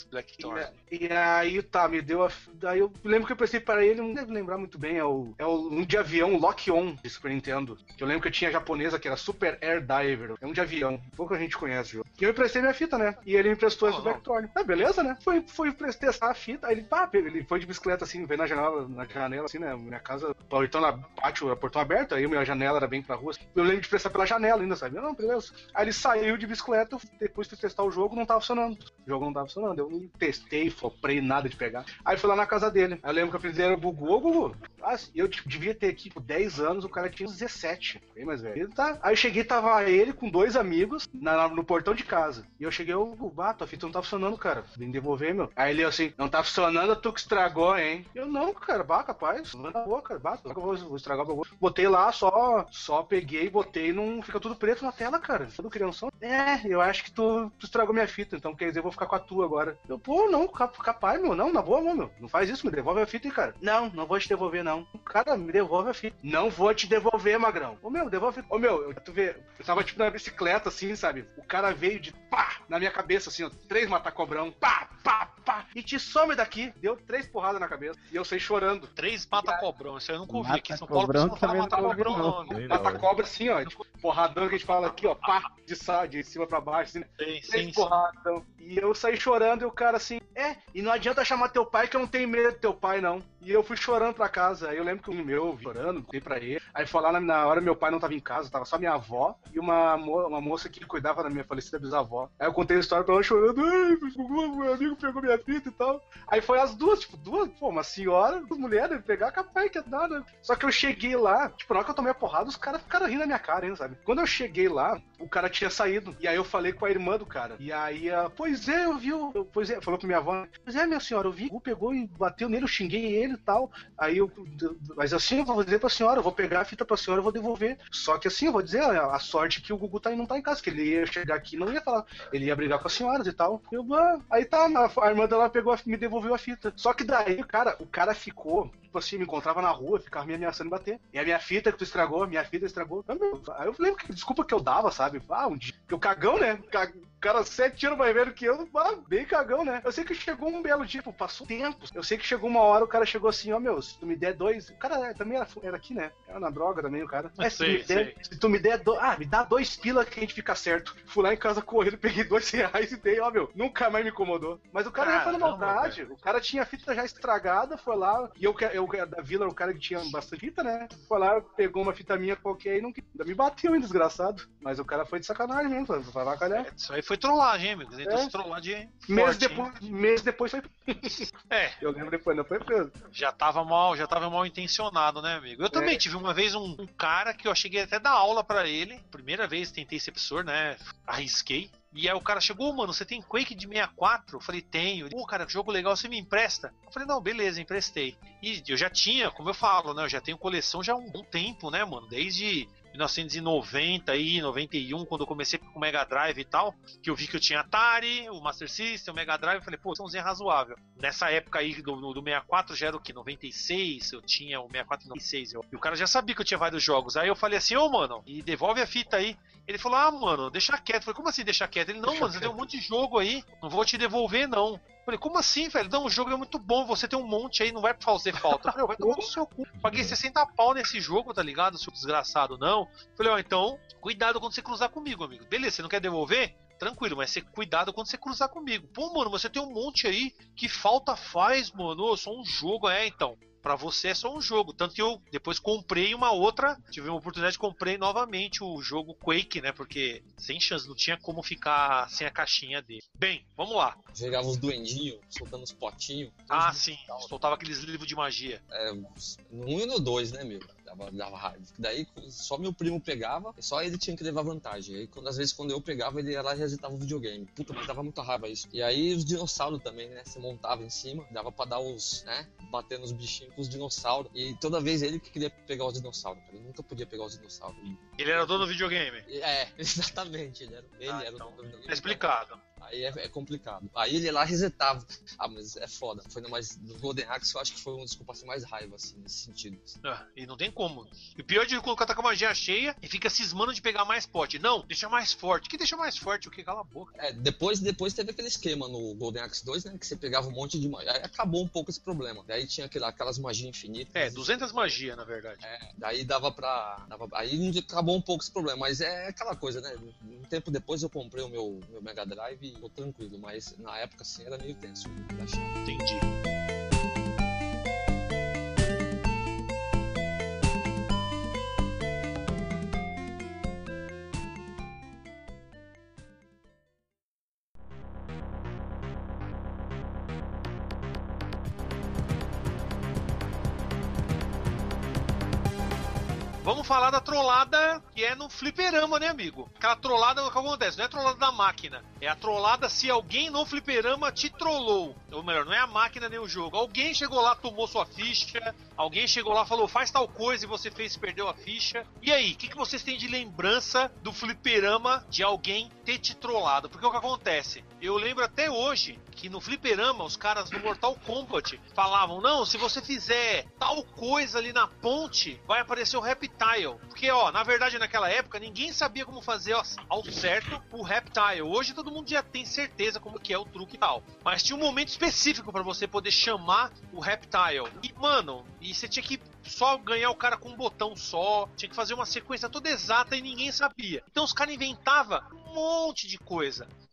E aí, me deu a. Daí eu lembro que eu prestei para ele, não deve lembrar muito bem, um de avião Lock-On de Super Nintendo. Que eu lembro que eu tinha a japonesa, que era Super Air Diver. É um de avião, pouco a gente conhece o jogo. E eu emprestei minha fita, né? E ele me emprestou esse Blackthorn. Beleza, né? Fui testar a fita, aí ele foi de bicicleta assim, veio na janela assim, né? Minha casa, portão na pátio, portão aberto, aí minha janela era bem pra rua. Eu lembro de prestar pela janela ainda, sabe? Não, beleza. Aí ele saiu de bicicleta, depois fui testar o jogo, não tava funcionando. O jogo não tava funcionando. Eu não testei, floprei, nada de pegar. Aí fui lá na casa dele. Aí eu lembro que a primeira bugou. Eu devia ter aqui 10 anos, o cara tinha 17. Bem mais velho. Aí eu cheguei, tava ele com 2 amigos no portão de casa. E eu cheguei, tua fita não tá funcionando, cara. Vem devolver, meu. Aí ele assim, não tá funcionando, tu que estragou, hein? Eu, não, cara, capaz. Não tá boa, cara, eu vou estragar o bagulho. Botei lá, só peguei, botei, não fica tudo preto na tela, cara. Tudo crianção. Eu acho que tu estragou minha fita, então quer dizer, eu vou ficar com a tua agora. Eu, não, capaz, meu, não, na boa, meu. Não faz isso, me devolve a fita aí, cara. Não vou te devolver, não. Cara, me devolve a fita. Não vou te devolver, magrão. Devolve a fita. Tu vê, eu tava tipo na bicicleta, assim, sabe? O cara veio de pá, na minha cabeça, assim, ó, 3 matacobrão, pá, e te some daqui. Deu 3 porradas na cabeça. E eu saí chorando. 3 mata-cobrão, isso eu nunca ouvi aqui. São Paulo Cobrão não fala mata-cobrão, não. Mata-cobra, assim, ó, tipo, porradão que a gente fala aqui, ó, pá, de cima pra baixo, assim, né? 3 porradão. E eu saí chorando e o cara assim, e não adianta chamar teu pai que eu não tenho medo do teu pai, não. E eu fui chorando pra casa. Aí eu lembro que um meu chorando, dei pra ele. Aí foi lá na hora, meu pai não tava em casa, tava só minha avó e uma moça que cuidava da minha falecida bisavó. Aí eu contei a história pra ela chorando. Ai, meu amigo pegou minha fita e tal. Aí foi as duas, pô, uma senhora, duas mulheres, pegar capaz que dá, né? Só que eu cheguei lá, na hora que eu tomei a porrada, os caras ficaram rindo na minha cara, hein, sabe? Quando eu cheguei lá, o cara tinha saído. E aí eu falei com a irmã do cara. E aí, pois é, eu vi, pois é, falou pra minha avó, pois é, minha senhora, eu vi, o pegou e bateu nele, eu xinguei ele e tal. Aí mas assim, eu vou dizer pra senhora, eu vou pegar a fita pra senhora, eu vou devolver. Só que assim, eu vou dizer, a sorte que o Gugu não tá em casa, que ele ia chegar aqui e não ia falar, ele ia brigar com as senhoras e tal. Aí tá, a irmã dela me devolveu a fita. Só que daí, o cara ficou, tipo assim, me encontrava na rua, ficava me ameaçando bater. E a minha fita que tu estragou, minha fita estragou. Aí eu lembro que desculpa que eu dava, sabe? Um dia, que o cagão, né? O cara 7 anos mais velho que eu, bem cagão, né? Eu sei que chegou um belo dia, passou tempo. Eu sei que chegou uma hora, o cara chegou assim, meu, se tu me der 2... O cara também era aqui, né? Era na droga também, o cara. Se tu me der... me dá 2 pila que a gente fica certo. Fui lá em casa correndo, peguei R$2 e dei, meu, nunca mais me incomodou. Mas o cara já foi na maldade. O cara tinha a fita já estragada, foi lá, e eu da vila, o cara que tinha bastante fita, né? Foi lá, pegou uma fita minha qualquer e não ainda me bateu, hein, desgraçado. Mas o cara foi de sacanagem mesmo, vai avacalhar. Isso aí foi trollagem, amigo. Trollagem mês depois foi. Eu lembro depois, não foi preso. Já tava mal intencionado, né, amigo? Eu também tive uma vez um cara que eu cheguei até a dar aula pra ele. Primeira vez tentei ser professor, né? Arrisquei. E aí o cara chegou, mano, você tem Quake de 64? Eu falei, tenho. Pô, cara, jogo legal, você me empresta? Eu falei, não, beleza, emprestei. E eu já tinha, como eu falo, né? Eu já tenho coleção já há um bom tempo, né, mano? Desde 1990 e 91, quando eu comecei com o Mega Drive e tal, que eu vi que eu tinha Atari, o Master System, o Mega Drive, eu falei, pô, somzinho razoável. Nessa época aí do 64 já era o que? 96, eu tinha o 64 e 96. E o cara já sabia que eu tinha vários jogos. Aí eu falei assim, mano, e devolve a fita aí. Ele falou, mano, deixa quieto. Eu falei, como assim deixa quieto? Ele, não, mano, você tem um monte de jogo aí, não vou te devolver, não. Eu falei, como assim, velho? Não, o jogo é muito bom, você tem um monte aí, não vai fazer falta. Eu falei, vai tomar no seu cu. Paguei 60 pau nesse jogo, tá ligado, seu desgraçado, não. Eu falei, então, cuidado quando você cruzar comigo, amigo. Beleza, você não quer devolver? Tranquilo, mas cuidado quando você cruzar comigo. Pô, mano, você tem um monte aí, que falta faz, mano, só um jogo, então. Pra você é só um jogo. Tanto que eu depois comprei uma outra. Tive uma oportunidade, comprei novamente o jogo Quake, né? Porque sem chance, não tinha como ficar sem a caixinha dele. Bem, vamos lá. Jogava os duendinhos, soltando os potinhos. Sim. Soltava aqueles livros de magia. No 1 e no 2, né, meu? Dava raiva. Daí só meu primo pegava, só ele tinha que levar vantagem. Aí às vezes quando eu pegava, ele ia lá e resetava o videogame. Puta, mas dava muita raiva isso. E aí os dinossauros também, né? Você montava em cima, dava pra dar bater nos bichinhos com os dinossauros. E toda vez ele que queria pegar os dinossauros. Ele nunca podia pegar os dinossauros. Ele era o dono do videogame? Exatamente. Ele era o dono do videogame. É explicado. Aí é complicado. Aí ele ia lá e resetava. Mas é foda. Foi no Golden Axe, eu acho que foi um dos que eu passei mais raiva, assim, nesse sentido. E não tem como. E o pior de quando o cara tá com a magia cheia e fica cismando de pegar mais pote. Não, deixa mais forte. Que deixa mais forte? O que? Cala a boca. Depois teve aquele esquema no Golden Axe 2, né? Que você pegava um monte de magia. Aí acabou um pouco esse problema. Daí tinha aquelas magias infinitas. 200 magias, na verdade. Daí aí acabou um pouco esse problema. Mas é aquela coisa, né? Um tempo depois eu comprei o meu Mega Drive e tô tranquilo. Mas na época, assim, era meio tenso. Entendi. Vamos falar da trollada que é no fliperama, né, amigo? Aquela trollada que acontece, não é a trollada da máquina. É a trollada se alguém no fliperama te trollou. Ou melhor, não é a máquina nem o jogo. Alguém chegou lá, tomou sua ficha. Alguém chegou lá, falou, faz tal coisa e você fez e perdeu a ficha. E aí, o que vocês têm de lembrança do fliperama de alguém ter te trollado? Porque o que acontece? Eu lembro até hoje que no fliperama, os caras do Mortal Kombat falavam, não, se você fizer tal coisa ali na ponte, vai aparecer o Reptile. Porque, na verdade, naquela época, ninguém sabia como fazer ao certo o Reptile. Hoje todo mundo já tem certeza como que é o truque e tal. Mas tinha um momento específico pra você poder chamar o Reptile. E, mano, você tinha que só ganhar o cara com um botão só, tinha que fazer uma sequência toda exata e ninguém sabia. Então os caras inventavam um monte de coisa.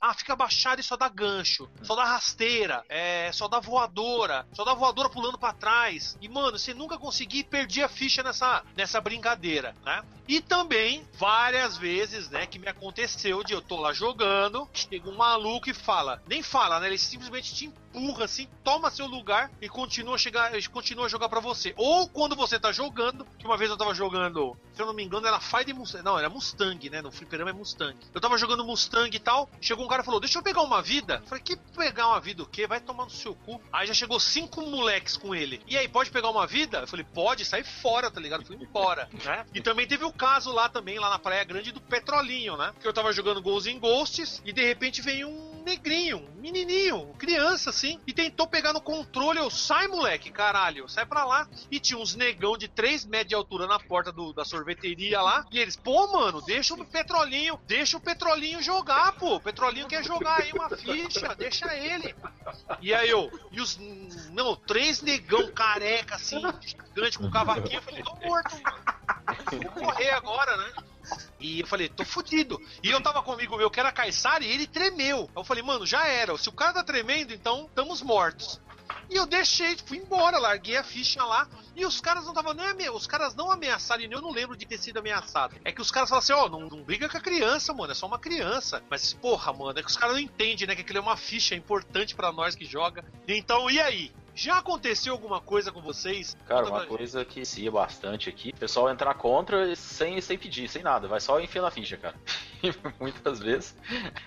fica abaixado e só dá gancho, só dá rasteira, só dá voadora pulando pra trás. E, mano, você nunca conseguia e perdia a ficha nessa brincadeira, né? E também, várias vezes, né, que me aconteceu de eu tô lá jogando, chega um maluco e fala, nem fala, né, ele simplesmente te empurra assim, toma seu lugar e continua a jogar pra você. Ou quando você tá jogando, que uma vez eu tava jogando, se eu não me engano, era Fire Mustang, não, era Mustang, né, no fliperama é Mustang. Eu tava jogando Mustang e tal, chegou um cara e falou, deixa eu pegar uma vida. Eu falei, que pegar uma vida o quê? Vai tomar no seu cu. Aí já chegou 5 moleques com ele. E aí, pode pegar uma vida? Eu falei, pode, sai fora, tá ligado? Eu fui embora, né? E também teve o caso lá também, lá na Praia Grande do Petrolinho, né? Que eu tava jogando Ghosts and Ghosts e de repente veio um negrinho, um menininho, criança assim, e tentou pegar no controle. Eu, sai moleque, caralho, sai pra lá. E tinha uns negão de 3 metros de altura na porta da sorveteria lá. E eles, pô, mano, deixa o Petrolinho jogar, pô. O Petrolinho quer jogar aí uma ficha, deixa ele. E aí não, 3 negão careca assim, gigante com cavaquinho. Eu falei, tô morto, mano. Vou morrer agora, né? E eu falei, tô fudido. E eu tava com um amigo meu que era Caissara e ele tremeu. Eu falei, mano, já era. Se o cara tá tremendo, então estamos mortos. E eu deixei, fui embora, larguei a ficha lá. E os caras não estavam nem os caras não ameaçaram, e eu não lembro de ter sido ameaçado. É que os caras falam assim, não briga com a criança, mano, é só uma criança. Mas, porra, mano, é que os caras não entendem, né, que aquilo é uma ficha importante pra nós que joga. Então, e aí? Já aconteceu alguma coisa com vocês? Cara, uma coisa que se ia bastante aqui, o pessoal entrar contra sem pedir, sem nada, vai só enfiar na ficha, cara. Muitas vezes,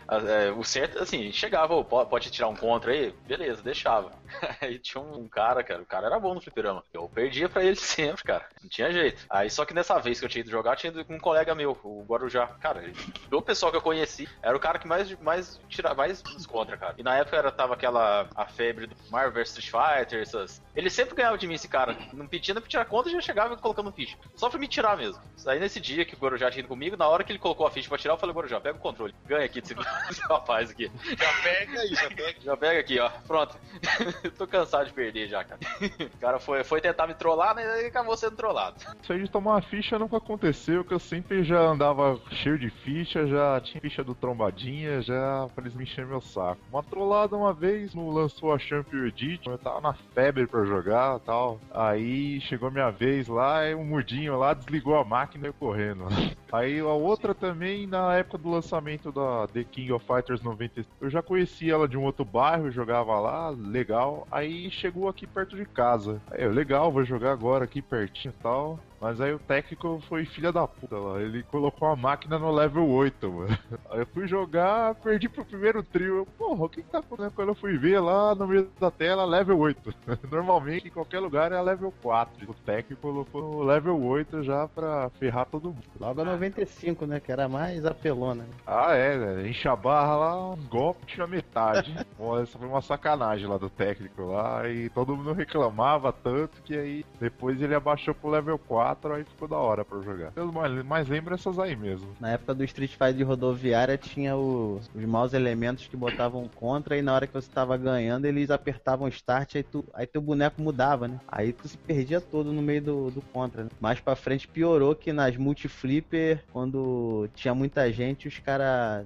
o certo, assim, chegava, pode tirar um contra aí? Beleza, deixava. Aí tinha um cara, o cara era bom no fliperama. Eu perdia pra ele sempre, cara. Não tinha jeito. Aí só que nessa vez que eu tinha ido jogar, tinha ido com um colega meu, o Guarujá. Cara, o pessoal que eu conheci era o cara que mais contra, cara. E na época tava a febre do Marvel vs Street Fighter, ele sempre ganhava de mim, esse cara. Não pedia pra tirar conta, já chegava colocando ficha. Só pra me tirar mesmo. Aí nesse dia que o Guarujá tinha ido comigo, na hora que ele colocou a ficha pra tirar, eu falei, Guarujá, pega o controle. Ganha aqui desse rapaz aqui. Já pega aí, Já pega aqui, ó. Pronto. Tô cansado de perder já, cara. O cara foi tentar me trollar, né? E acabou sendo trollado. Isso aí de tomar uma ficha nunca aconteceu, que eu sempre já andava cheio de ficha, já tinha ficha do Trombadinha, já pra eles me encherem meu saco. Uma trollada uma vez, lançou a Champion Edition, eu tava na febre pra jogar e tal. Aí chegou minha vez lá, e um mudinho lá desligou a máquina e eu correndo. Aí a outra também, na época do lançamento da The King of Fighters 95, eu já conhecia ela de um outro bairro, jogava lá, legal. Aí chegou aqui perto de casa. Aí eu, legal, vou jogar agora aqui pertinho e tal. Mas aí o técnico foi filha da puta lá. Ele colocou a máquina no level 8, mano. Aí eu fui jogar, perdi pro primeiro trio. Eu, porra, o que tá acontecendo? Quando eu fui ver lá no meio da tela, level 8. Normalmente em qualquer lugar é level 4. O técnico colocou no level 8 já pra ferrar todo mundo. Logo a 95, né? Que era mais apelona. Né? Ah, né? Enche a barra lá, um golpe, tira metade. Essa foi uma sacanagem lá do técnico lá. E todo mundo reclamava tanto que aí depois ele abaixou pro level 4. Aí ficou da hora pra jogar. Eu mais lembro essas aí mesmo. Na época do Street Fighter de rodoviária tinha os maus elementos que botavam contra e na hora que você tava ganhando eles apertavam start aí teu boneco mudava, né? Aí tu se perdia todo no meio do contra, né? Mais pra frente piorou que nas multiflipper, quando tinha muita gente, os caras...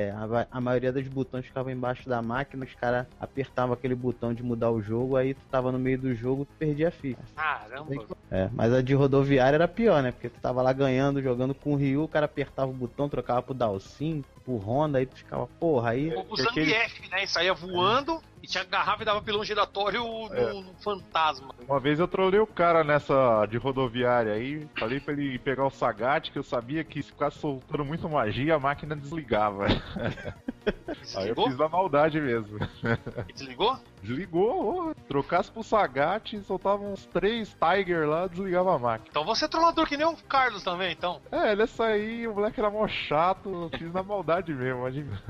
a maioria dos botões ficava embaixo da máquina, os caras apertavam aquele botão de mudar o jogo, aí tu tava no meio do jogo, tu perdia a ficha. Caramba! Mas a de rodoviária era pior, né? Porque tu tava lá ganhando, jogando com o Ryu, o cara apertava o botão, trocava pro Dalsin, pro Honda, aí tu ficava, porra, aí... O Zangief, né? E saía voando e te agarrava e dava pilão giratório no fantasma. Uma vez eu trolei o cara nessa de rodoviária aí, falei pra ele pegar o Sagat, que eu sabia que se ficasse soltando muito magia, a máquina desligava. Aí eu fiz da maldade mesmo. E desligou? Desligou, trocasse pro Sagat, soltava uns 3 Tiger lá, desligava a máquina. Então você é trollador que nem o Carlos também, então. Nessa aí o moleque era mó chato, eu fiz na maldade mesmo, imagina.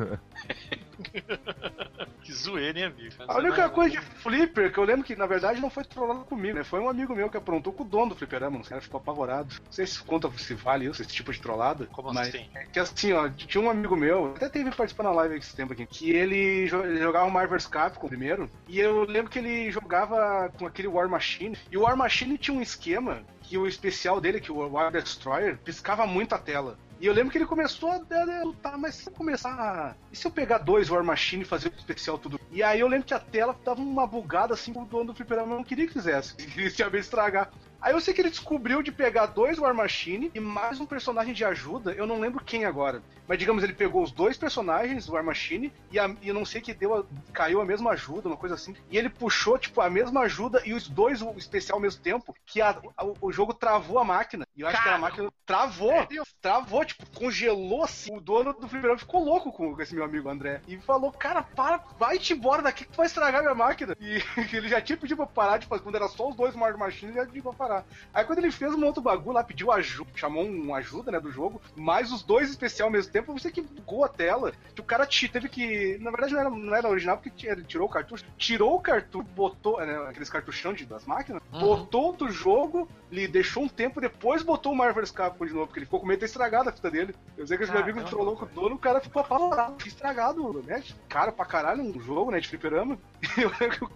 Que zoeira, hein, amigo? A única coisa de flipper que eu lembro que na verdade não foi trollado comigo, né? Foi um amigo meu que aprontou com o dono do fliperama, os caras ficou apavorado. Não sei se conta se vale isso, esse tipo de trollada. Como mas assim? É que assim, ó, tinha um amigo meu, até teve participando na live esse tempo aqui, que ele jogava o Marvel vs Capcom primeiro, e eu lembro que ele jogava com aquele War Machine, e o War Machine tinha um esquema que o especial dele, que o War Destroyer, piscava muito a tela. E eu lembro que ele começou a lutar, mas se eu começar. E se eu pegar 2 War Machine e fazer o especial tudo? E aí eu lembro que a tela tava uma bugada assim, o dono do fliperama não queria que fizesse. Ele tinha medo de estragar. Aí eu sei que ele descobriu de pegar 2 War Machine e mais um personagem de ajuda, eu não lembro quem agora. Mas digamos, ele pegou os 2 personagens do War Machine e eu não sei que caiu a mesma ajuda, uma coisa assim. E ele puxou, tipo, a mesma ajuda e os 2 o especial ao mesmo tempo, que o jogo travou a máquina. E eu acho que a máquina travou, tipo, congelou assim. O dono do fliperama ficou louco com esse meu amigo André. E falou, cara, vai-te embora daqui que tu vai estragar minha máquina. E ele já tinha pedido pra parar, tipo, quando era só os 2 War Machine, ele já pediu pra parar. Aí quando ele fez um outro bagulho lá, pediu ajuda, chamou uma ajuda, né, do jogo, mais os 2 especial ao mesmo tempo, você que bugou a tela, que o cara teve que, na verdade não era original, porque ele tirou o cartucho, botou, né, aqueles cartuchão das máquinas, botou do jogo, ele deixou um tempo, depois botou o Marvel's Capcom de novo, porque ele ficou com medo de ter estragado a fita dele. Eu sei que esse meu amigo trollou com o dono, o cara ficou apavorado, estragado, né, cara pra caralho, um jogo, né, de fliperama. Eu lembro que o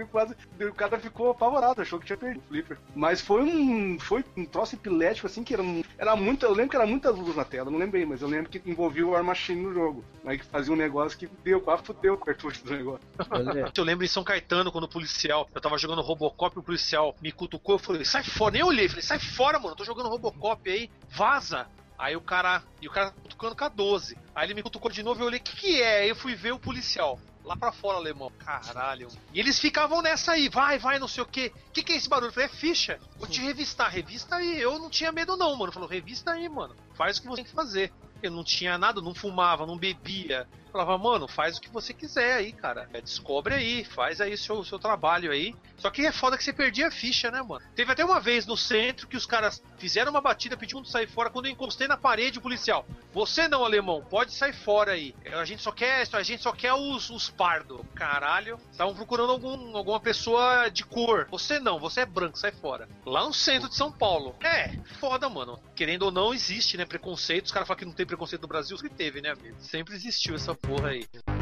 cara ficou apavorado, achou que tinha perdido o flipper. Mas foi um troço epilético, assim, que era muito. Eu lembro que era muita luz na tela, não lembro bem, mas eu lembro que envolvia o War Machine no jogo. Aí que fazia um negócio que quase fudeu o cartucho do negócio. Eu lembro em São Caetano, quando o policial, eu tava jogando Robocop e o policial me cutucou, eu falei, sai fora, nem olhei, falei, sai fora, mano, eu tô jogando Robocop aí, vaza. Aí o cara cutucando com a 12. Aí ele me cutucou de novo e eu olhei, o que é? Aí eu fui ver o policial. Lá pra fora, alemão. Caralho. E eles ficavam nessa aí. Vai, não sei o quê. O que é esse barulho? Eu falei, é ficha. Vou te revistar. Revista aí. Eu não tinha medo não, mano. Falou, revista aí, mano. Faz o que você tem que fazer. Eu não tinha nada, não fumava, não bebia. Eu falava, mano, faz o que você quiser aí, cara. Descobre aí, faz aí o seu trabalho aí. Só que é foda que você perdia a ficha, né, mano? Teve até uma vez no centro que os caras fizeram uma batida, pedindo pra sair fora. Quando eu encostei na parede, o policial, você não, alemão, pode sair fora aí. A gente só quer os pardos. Caralho. Estavam procurando alguma pessoa de cor. Você não, você é branco, sai fora. Lá no centro de São Paulo. É, foda, mano. Querendo ou não, existe, né, preconceito. Os caras falam que não tem preconceito no Brasil, sempre teve, né, amigo? Sempre existiu essa porra aí.